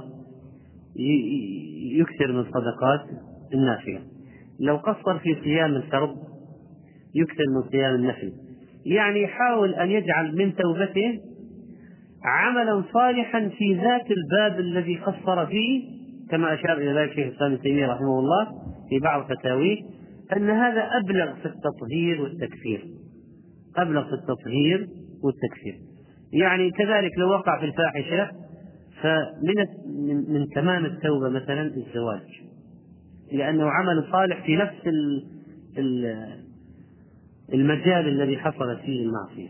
يكثر من صدقات النافلة، لو قصر في صيام الفرض يكثر من صيام النفل. يعني يحاول أن يجعل من توبته عملا صالحا في ذات الباب الذي قصر فيه، كما أشار إلى ذلك الشيخ الإسلام ابن تيمية رحمه الله في بعض فتاويه، أن هذا أبلغ في التطهير والتكفير، أبلغ في التطهير والتكفير. يعني كذلك لو وقع في الفاحشة فمن تمام التوبة مثلا الزواج، لأنه عمل صالح في نفس المجال الذي حصلت فيه المعصية.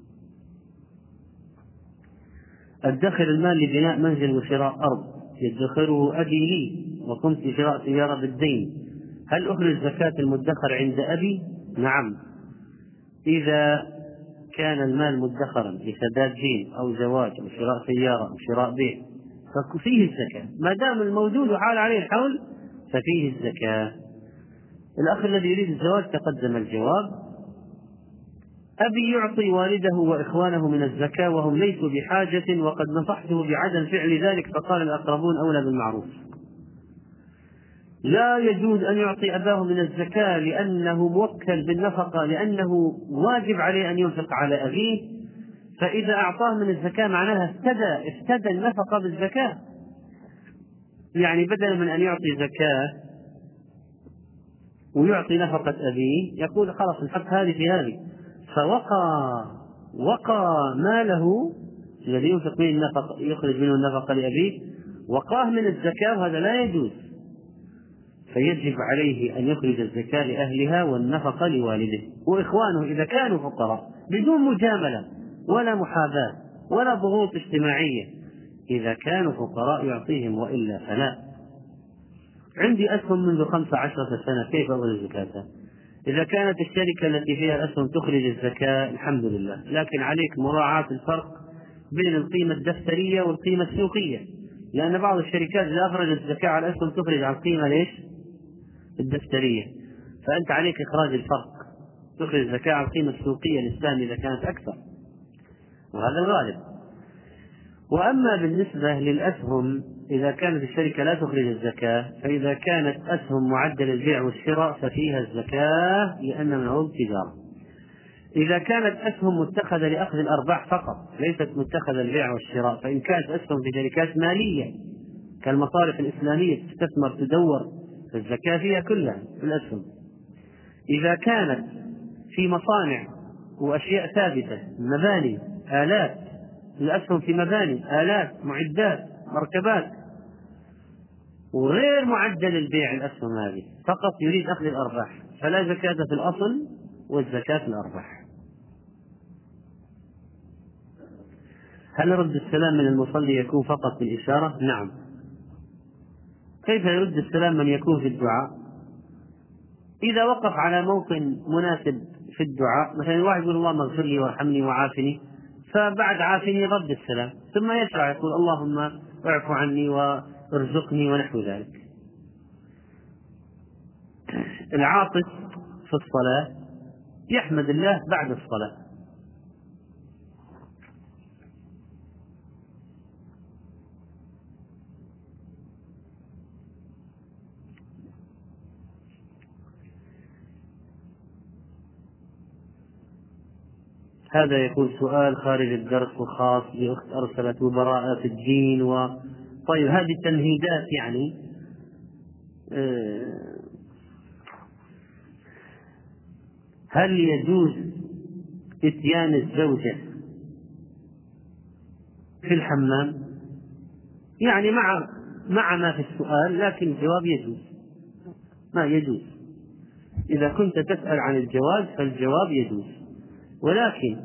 أدخر المال لبناء منزل وشراء أرض يدخره أبي لي، وقمت بشراء سيارة بالدين، هل أخرج زكاة المدخر عند أبي؟ نعم، إذا كان المال مدخرا لسداد دين أو زواج أو شراء سيارة أو شراء بيت ففيه الزكاة، ما دام الموجود وحال عليه الحول ففيه الزكاة. الأخ الذي يريد الزواج تقدم الجواب. أبي يعطي والده وإخوانه من الزكاة وهم ليسوا بحاجة، وقد نصحته بعدم فعل ذلك فقال الأقربون أولى بالمعروف. لا يجوز أن يعطي أباه من الزكاة لأنه موكل بالنفقة، لأنه واجب عليه أن ينفق على أبيه، فإذا أعطاه من الزكاة معناها افتدى النفقة بالزكاة. يعني بدلا من أن يعطي زكاة ويعطي نفقة أبيه يقول خلاص نحط هذه في هذه، فوقى ماله الذي ينفق منه النفقة يخرج منه النفقة لأبيه وقاه من الزكاة، وهذا لا يجوز، فيجب عليه أن يخرج الزكاة لأهلها والنفقة لوالده وإخوانه إذا كانوا فقراء، بدون مجاملة ولا محاباة ولا ضغوط اجتماعية. إذا كانوا فقراء يعطيهم، وإلا فلا. عندي أسهم منذ 15 سنة، كيف أخرج زكاتها؟ إذا كانت الشركة التي فيها الأسهم تخرج الزكاة الحمد لله، لكن عليك مراعاة الفرق بين القيمة الدفترية والقيمة السوقية، لأن بعض الشركات إذا أخرجت الزكاة على الأسهم تخرج على القيمة ليش؟ الدفترية، فأنت عليك إخراج الفرق، تخرج الزكاة على القيمة السوقية للسهم إذا كانت أكثر، وهذا الغالب. وأما بالنسبة للأسهم إذا كانت الشركة لا تخرج الزكاة، فإذا كانت أسهم معدل البيع والشراء ففيها الزكاة لأن من عروض التجارة. إذا كانت أسهم متخذة لأخذ الأرباح فقط ليست متخذة البيع والشراء، فإن كانت أسهم في شركات مالية كالمصارف الإسلامية تستثمر تدور فالزكاة فيها كلها في الأسهم. إذا كانت في مصانع وأشياء ثابتة، مباني، آلات، الأسهم في مباني، آلات، معدات، مركبات، وغير معدل البيع الأسهم هذه فقط يريد أخذ الأرباح، فلا زكاة في الأصل والزكاة في الأرباح. هل رد السلام من المصلي يكون فقط بالإشارة؟ نعم. كيف يرد السلام من يكون في الدعاء؟ إذا وقف على موطن مناسب في الدعاء، مثلا واحد يقول اللهم اغفر لي وارحمني وعافني، فبعد عافني رد السلام، ثم يشرع يقول اللهم اعف عني وارزقني ونحو ذلك. العاطس في الصلاة يحمد الله بعد الصلاة. هذا يكون سؤال خارج الدرس وخاص بأخت أرسلت براءة في الدين طيب هذه تمهيدات يعني. هل يجوز إتيان الزوجة في الحمام؟ يعني مع ما في السؤال، لكن الجواب يجوز، ما يجوز. إذا كنت تسأل عن الجواز فالجواب يجوز، ولكن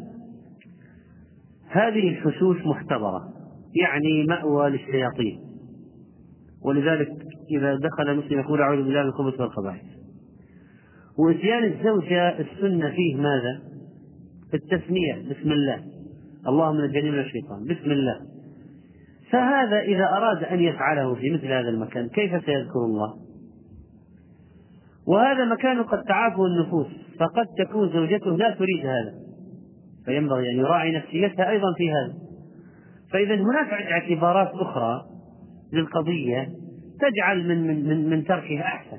هذه الحشوش محتضرة، يعني مأوى للشياطين، ولذلك إذا دخل المسلم يقول أعوذ بالله من الخبث والخبائث. وإتيان الزوجة السنة فيه ماذا؟ التسمية، بسم الله، اللهم نجني من الشيطان، بسم الله. فهذا إذا أراد أن يفعله في مثل هذا المكان كيف سيذكر الله؟ وهذا مكان قد تعافه النفوس، فقد تكون زوجته لا تريد هذا، فينبغي أن يراعي نفسيتها أيضا في هذا. فإذا هناك اعتبارات أخرى للقضية تجعل من تركها أحسن،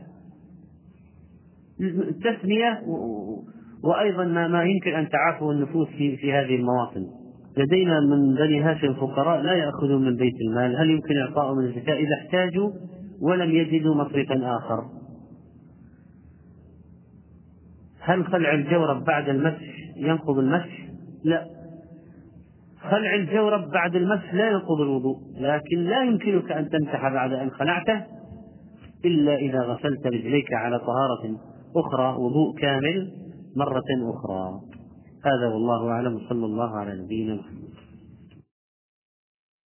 التسمية وأيضا ما يمكن أن تعافه النفوس في هذه المواطن. لدينا من بني هاشم فقراء لا يأخذون من بيت المال، هل يمكن إعطاء من الزكاة إذا احتاجوا ولم يجدوا مصرفا آخر؟ هل خلع الجورب بعد المسح ينقض المسح؟ لا، خلع الجورب بعد المسح لا ينقض الوضوء، لكن لا يمكنك أن تمسح بعد أن خلعته إلا إذا غسلت رجليك على طهارة أخرى، وضوء كامل مرة أخرى. هذا والله أعلم، صلى الله على نبينا محمد.